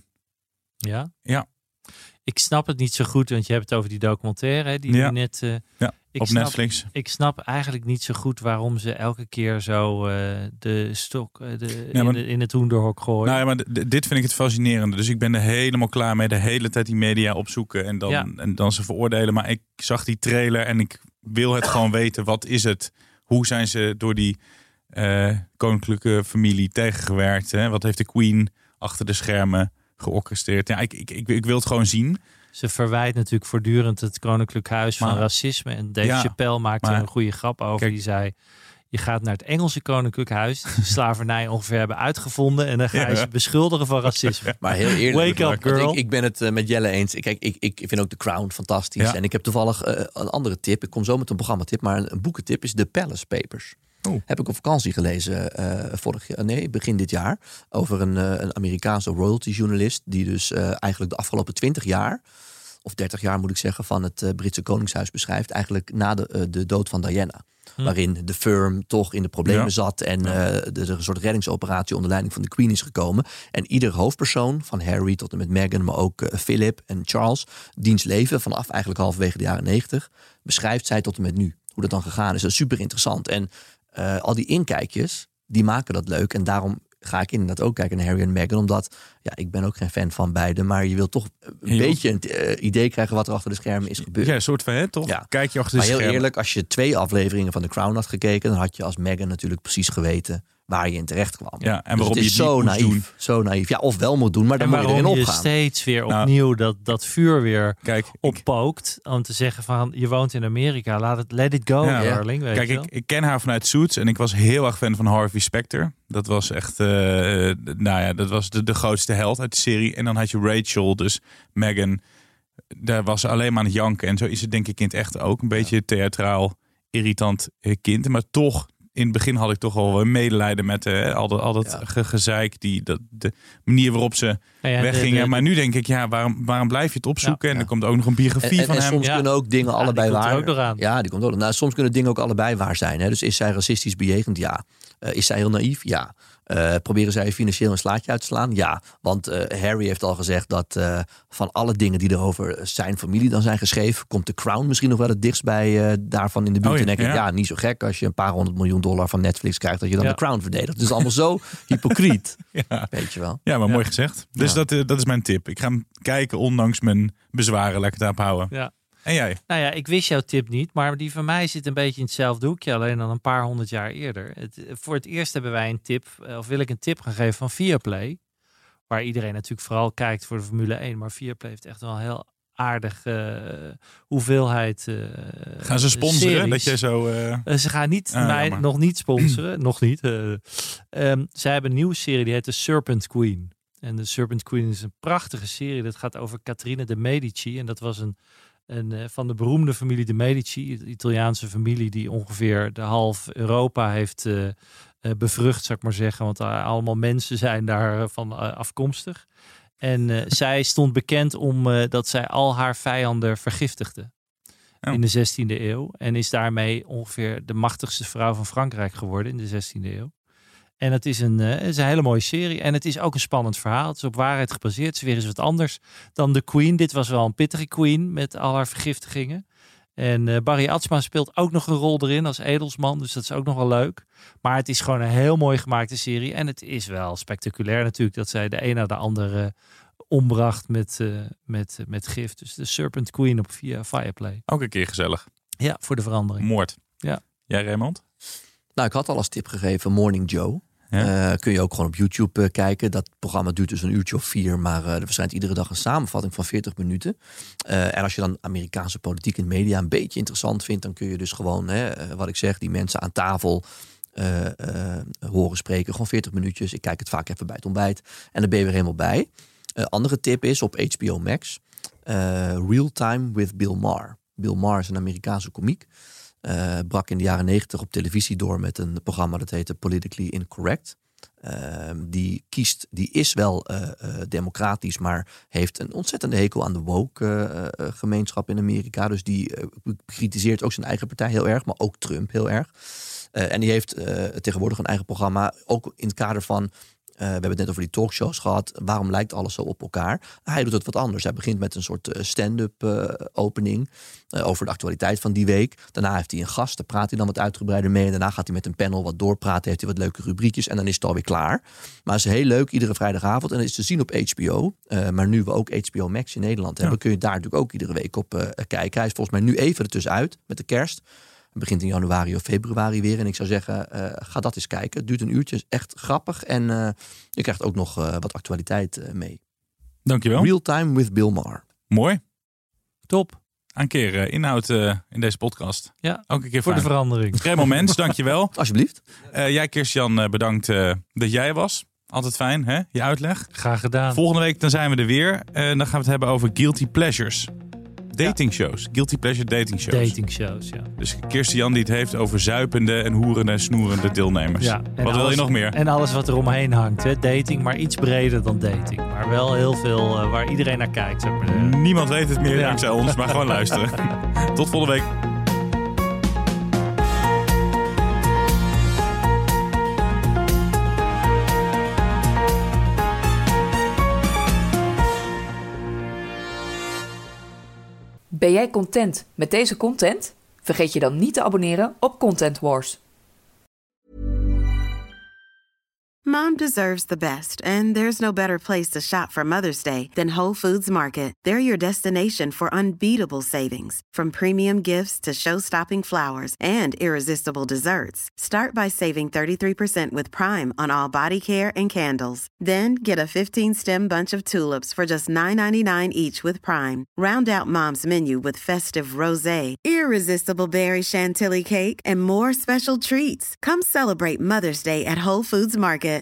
[SPEAKER 9] Ja?
[SPEAKER 8] Ja.
[SPEAKER 9] Ik snap het niet zo goed. Want je hebt het over die documentaire. Hè, die ja. net... Uh,
[SPEAKER 8] ja,
[SPEAKER 9] ik
[SPEAKER 8] op
[SPEAKER 9] snap,
[SPEAKER 8] Netflix.
[SPEAKER 9] Ik snap eigenlijk niet zo goed waarom ze elke keer zo uh, de stok uh, de,
[SPEAKER 8] ja, maar,
[SPEAKER 9] in, de, in het hoenderhok gooien.
[SPEAKER 8] Nou ja, maar d- dit vind ik het fascinerende. Dus ik ben er helemaal klaar mee. De hele tijd die media opzoeken. En dan, ja. en dan ze veroordelen. Maar ik zag die trailer en ik wil het gewoon weten. Wat is het? Hoe zijn ze door die uh, koninklijke familie tegengewerkt? Hè? Wat heeft de Queen achter de schermen georchestreerd? Ja, ik, ik, ik, ik wil het gewoon zien.
[SPEAKER 9] Ze verwijt natuurlijk voortdurend het Koninklijk Huis maar, van racisme. En Dave ja, Chappelle maakte maar, er een goede grap over. Kijk, die zei, je gaat naar het Engelse Koninklijk Huis. Die slavernij ongeveer hebben uitgevonden. En dan ga je ja. ze beschuldigen van racisme.
[SPEAKER 7] Maar heel eerlijk,
[SPEAKER 9] wake up girl.
[SPEAKER 7] Ik, ik ben het uh, met Jelle eens. Kijk, ik, ik vind ook The Crown fantastisch. Ja. En ik heb toevallig uh, een andere tip. Ik kom zo met een programmatip. Maar een, een boekentip is The Palace Papers. Oh. Heb ik op vakantie gelezen uh, vorig jaar, nee, begin dit jaar. Over een, uh, een Amerikaanse royalty journalist. Die dus uh, eigenlijk de afgelopen twintig jaar... of dertig jaar moet ik zeggen, van het uh, Britse Koningshuis beschrijft. Eigenlijk na de, uh, de dood van Diana. Hm. Waarin de firm toch in de problemen ja. zat. En uh, er een soort reddingsoperatie onder leiding van de Queen is gekomen. En ieder hoofdpersoon, van Harry tot en met Meghan, maar ook uh, Philip en Charles, diens leven vanaf eigenlijk halverwege de jaren negentig, beschrijft zij tot en met nu. Hoe dat dan gegaan is. Dat is super interessant. En uh, al die inkijkjes, die maken dat leuk. En daarom ga ik inderdaad ook kijken naar Harry en Meghan. Omdat, ja, ik ben ook geen fan van beide. Maar je wilt toch een je beetje wilt... een uh, idee krijgen wat er achter de schermen is gebeurd.
[SPEAKER 8] Ja, een soort van, hè, toch? Ja. Kijk je achter de
[SPEAKER 7] maar
[SPEAKER 8] schermen.
[SPEAKER 7] Heel eerlijk, als je twee afleveringen van The Crown had gekeken, dan had je als Meghan natuurlijk precies geweten waar je in terecht kwam.
[SPEAKER 8] Ja, en
[SPEAKER 7] dus
[SPEAKER 8] waarom
[SPEAKER 7] het is
[SPEAKER 8] je het
[SPEAKER 7] zo
[SPEAKER 8] niet moest
[SPEAKER 7] naïef,
[SPEAKER 8] doen.
[SPEAKER 7] zo naïef. Ja, of wel moet doen, maar dan
[SPEAKER 9] en
[SPEAKER 7] moet je erin
[SPEAKER 9] waarom je
[SPEAKER 7] opgaan.
[SPEAKER 9] steeds weer
[SPEAKER 8] Nou,
[SPEAKER 9] opnieuw dat, dat vuur weer
[SPEAKER 8] Kijk,
[SPEAKER 9] oppookt. Om te zeggen van, je woont in Amerika. Laat het, let it go,
[SPEAKER 8] Ja.
[SPEAKER 9] darling. Weet
[SPEAKER 8] Kijk,
[SPEAKER 9] je wel?
[SPEAKER 8] ik, ik ken haar vanuit Suits en ik was heel erg fan van Harvey Specter. Dat was echt, uh, nou ja, dat was de, de grootste held uit de serie. En dan had je Rachel, dus Meghan. Daar was ze alleen maar aan het janken. En zo is het denk ik in het echt ook. Een beetje theatraal, irritant kind. Maar toch, in het begin had ik toch al een medelijden met uh, al dat, al dat
[SPEAKER 7] Ja.
[SPEAKER 8] ge- gezeik. Die, dat, de manier waarop ze
[SPEAKER 9] Ja, ja, de-
[SPEAKER 8] weggingen.
[SPEAKER 9] de-
[SPEAKER 8] maar nu denk ik, ja, waarom, waarom blijf je het opzoeken?
[SPEAKER 7] Ja.
[SPEAKER 8] En er komt ook nog een biografie
[SPEAKER 7] En, en,
[SPEAKER 8] van
[SPEAKER 7] en
[SPEAKER 8] hem.
[SPEAKER 7] soms
[SPEAKER 9] Ja.
[SPEAKER 7] kunnen ook dingen
[SPEAKER 9] Ja,
[SPEAKER 7] allebei
[SPEAKER 9] die komt er
[SPEAKER 7] waar.
[SPEAKER 9] ook nog aan.
[SPEAKER 7] Ja, die komt ook. nog. Nou, soms kunnen dingen ook allebei waar zijn. Hè? Dus is zij racistisch bejegend? Ja. Uh, is zij heel naïef? Ja. Uh, proberen zij financieel een slaatje uit te slaan? Ja. Want uh, Harry heeft al gezegd dat uh, van alle dingen die er over zijn familie dan zijn geschreven, komt The Crown misschien nog wel het dichtst bij uh, daarvan in de buurt.
[SPEAKER 8] Oh ja,
[SPEAKER 7] en denk ik,
[SPEAKER 8] ja.
[SPEAKER 7] ja, niet zo gek als je een paar honderd miljoen dollar van Netflix krijgt, dat je dan
[SPEAKER 9] Ja.
[SPEAKER 7] The Crown verdedigt. Het is allemaal zo hypocriet.
[SPEAKER 8] Ja.
[SPEAKER 7] Weet je wel.
[SPEAKER 8] Ja, maar
[SPEAKER 9] Ja.
[SPEAKER 8] mooi gezegd. Dus
[SPEAKER 7] Ja.
[SPEAKER 8] dat, uh, dat is mijn tip. Ik ga hem kijken, ondanks mijn bezwaren. Laat ik het daarop houden.
[SPEAKER 9] Ja.
[SPEAKER 8] En jij?
[SPEAKER 9] Nou ja, ik wist jouw tip niet, maar die van mij zit een beetje in hetzelfde hoekje, alleen dan een paar honderd jaar eerder. Het, voor het eerst hebben wij een tip, of wil ik een tip gaan geven van Viaplay, waar iedereen natuurlijk vooral kijkt voor de Formule één, maar Viaplay heeft echt wel een heel aardig uh, hoeveelheid uh,
[SPEAKER 8] Gaan ze sponsoren?
[SPEAKER 9] series.
[SPEAKER 8] Dat jij zo... Uh...
[SPEAKER 9] Uh, ze gaan niet,
[SPEAKER 8] Ah,
[SPEAKER 9] mij
[SPEAKER 8] jammer.
[SPEAKER 9] nog niet sponsoren, nog niet. Uh, um, zij hebben een nieuwe serie, die heet The Serpent Queen. En The Serpent Queen is een prachtige serie, dat gaat over Catherine de Medici. En dat was een En uh, van de beroemde familie de Medici, de Italiaanse familie die ongeveer de half Europa heeft uh, uh, bevrucht, zou ik maar zeggen. Want uh, allemaal mensen zijn daarvan uh, afkomstig. En uh, zij stond bekend om uh, dat zij al haar vijanden vergiftigde
[SPEAKER 8] oh.
[SPEAKER 9] in de zestiende eeuw. En is daarmee ongeveer de machtigste vrouw van Frankrijk geworden in de zestiende eeuw. En het is, een, uh, het is een hele mooie serie. En het is ook een spannend verhaal. Het is op waarheid gebaseerd. Het is weer eens wat anders dan de Queen. Dit was wel een pittige Queen met al haar vergiftigingen. En uh, Barry Atsma speelt ook nog een rol erin als edelsman. Dus dat is ook nog wel leuk. Maar het is gewoon een heel mooi gemaakte serie. En het is wel spectaculair natuurlijk dat zij de een na de andere uh, ombracht met, uh, met, uh, met gif. Dus de Serpent Queen op via Viaplay.
[SPEAKER 8] Ook een keer gezellig.
[SPEAKER 9] Ja, voor de verandering.
[SPEAKER 8] Moord.
[SPEAKER 9] Ja.
[SPEAKER 8] Jij, Raymond?
[SPEAKER 7] Nou, ik had al als tip gegeven Morning Joe.
[SPEAKER 8] Ja.
[SPEAKER 7] Uh, kun je ook gewoon op YouTube uh, kijken. Dat programma duurt dus een uurtje of vier. Maar uh, er verschijnt iedere dag een samenvatting van veertig minuten. Uh, en als je dan Amerikaanse politiek en media een beetje interessant vindt, dan kun je dus gewoon, hè, uh, wat ik zeg, die mensen aan tafel uh, uh, horen spreken. Gewoon veertig minuutjes. Ik kijk het vaak even bij het ontbijt. En dan ben je weer helemaal bij. Uh, andere tip is op H B O Max. Uh, Real Time with Bill Maher. Bill Maher is een Amerikaanse komiek. Uh, brak in de jaren negentig op televisie door met een programma dat heette Politically Incorrect. Uh, die kiest, die is wel uh, uh, democratisch, maar heeft een ontzettende hekel aan de woke uh, uh, gemeenschap in Amerika. Dus die uh, kritiseert ook zijn eigen partij heel erg, maar ook Trump heel erg. Uh, en die heeft uh, tegenwoordig een eigen programma, ook in het kader van, Uh, we hebben het net over die talkshows gehad. Waarom lijkt alles zo op elkaar? Hij doet het wat anders. Hij begint met een soort uh, stand-up uh, opening uh, over de actualiteit van die week. Daarna heeft hij een gast, daar praat hij dan wat uitgebreider mee. En daarna gaat hij met een panel wat doorpraten. Heeft hij wat leuke rubriekjes en dan is het alweer klaar. Maar het is heel leuk, iedere vrijdagavond. En het is te zien op H B O. Uh, maar nu we ook H B O Max in Nederland hebben, ja. kun je daar natuurlijk ook iedere week op uh, kijken. Hij is volgens mij nu even ertussenuit met de kerst. Het begint in januari of februari weer. En ik zou zeggen, uh, ga dat eens kijken. Het duurt een uurtje, is echt grappig. En uh, je krijgt ook nog uh, wat actualiteit uh, mee.
[SPEAKER 8] Dankjewel.
[SPEAKER 7] Real Time with Bill Maher.
[SPEAKER 8] Mooi.
[SPEAKER 9] Top.
[SPEAKER 8] Een keer uh, inhoud uh, in deze podcast.
[SPEAKER 9] Ja,
[SPEAKER 8] ook een keer
[SPEAKER 9] voor
[SPEAKER 8] fijn.
[SPEAKER 9] de verandering.
[SPEAKER 8] Raymond Mens, dankjewel.
[SPEAKER 7] Alsjeblieft.
[SPEAKER 8] Uh, jij, Kirstian, uh, bedankt uh, dat jij was. Altijd fijn, hè? Je uitleg.
[SPEAKER 9] Graag gedaan.
[SPEAKER 8] Volgende week dan zijn we er weer. En uh, dan gaan we het hebben over guilty pleasures. Dating shows. Ja. Guilty pleasure dating shows.
[SPEAKER 9] Dating shows, ja.
[SPEAKER 8] Dus Kirstian die het heeft over zuipende en hoerende en snoerende deelnemers.
[SPEAKER 9] Ja,
[SPEAKER 8] wat
[SPEAKER 9] alles,
[SPEAKER 8] wil je nog meer?
[SPEAKER 9] En alles wat er omheen hangt. Hè? Dating, maar iets breder dan dating. Maar wel heel veel uh, waar iedereen naar kijkt. Zeg maar.
[SPEAKER 8] Niemand weet het meer
[SPEAKER 9] ja.
[SPEAKER 8] dankzij ons, maar gewoon luisteren. Tot volgende week.
[SPEAKER 4] Ben jij content met deze content? Vergeet je dan niet te abonneren op Content Wars.
[SPEAKER 11] Mom deserves the best, and there's no better place to shop for Mother's Day than Whole Foods Market. They're your destination for unbeatable savings, from premium gifts to show-stopping flowers and irresistible desserts. Start by saving thirty-three percent with Prime on all body care and candles. Then get a fifteen-stem bunch of tulips for just nine ninety-nine each with Prime. Round out Mom's menu with festive rosé, irresistible berry chantilly cake, and more special treats. Come celebrate Mother's Day at Whole Foods Market.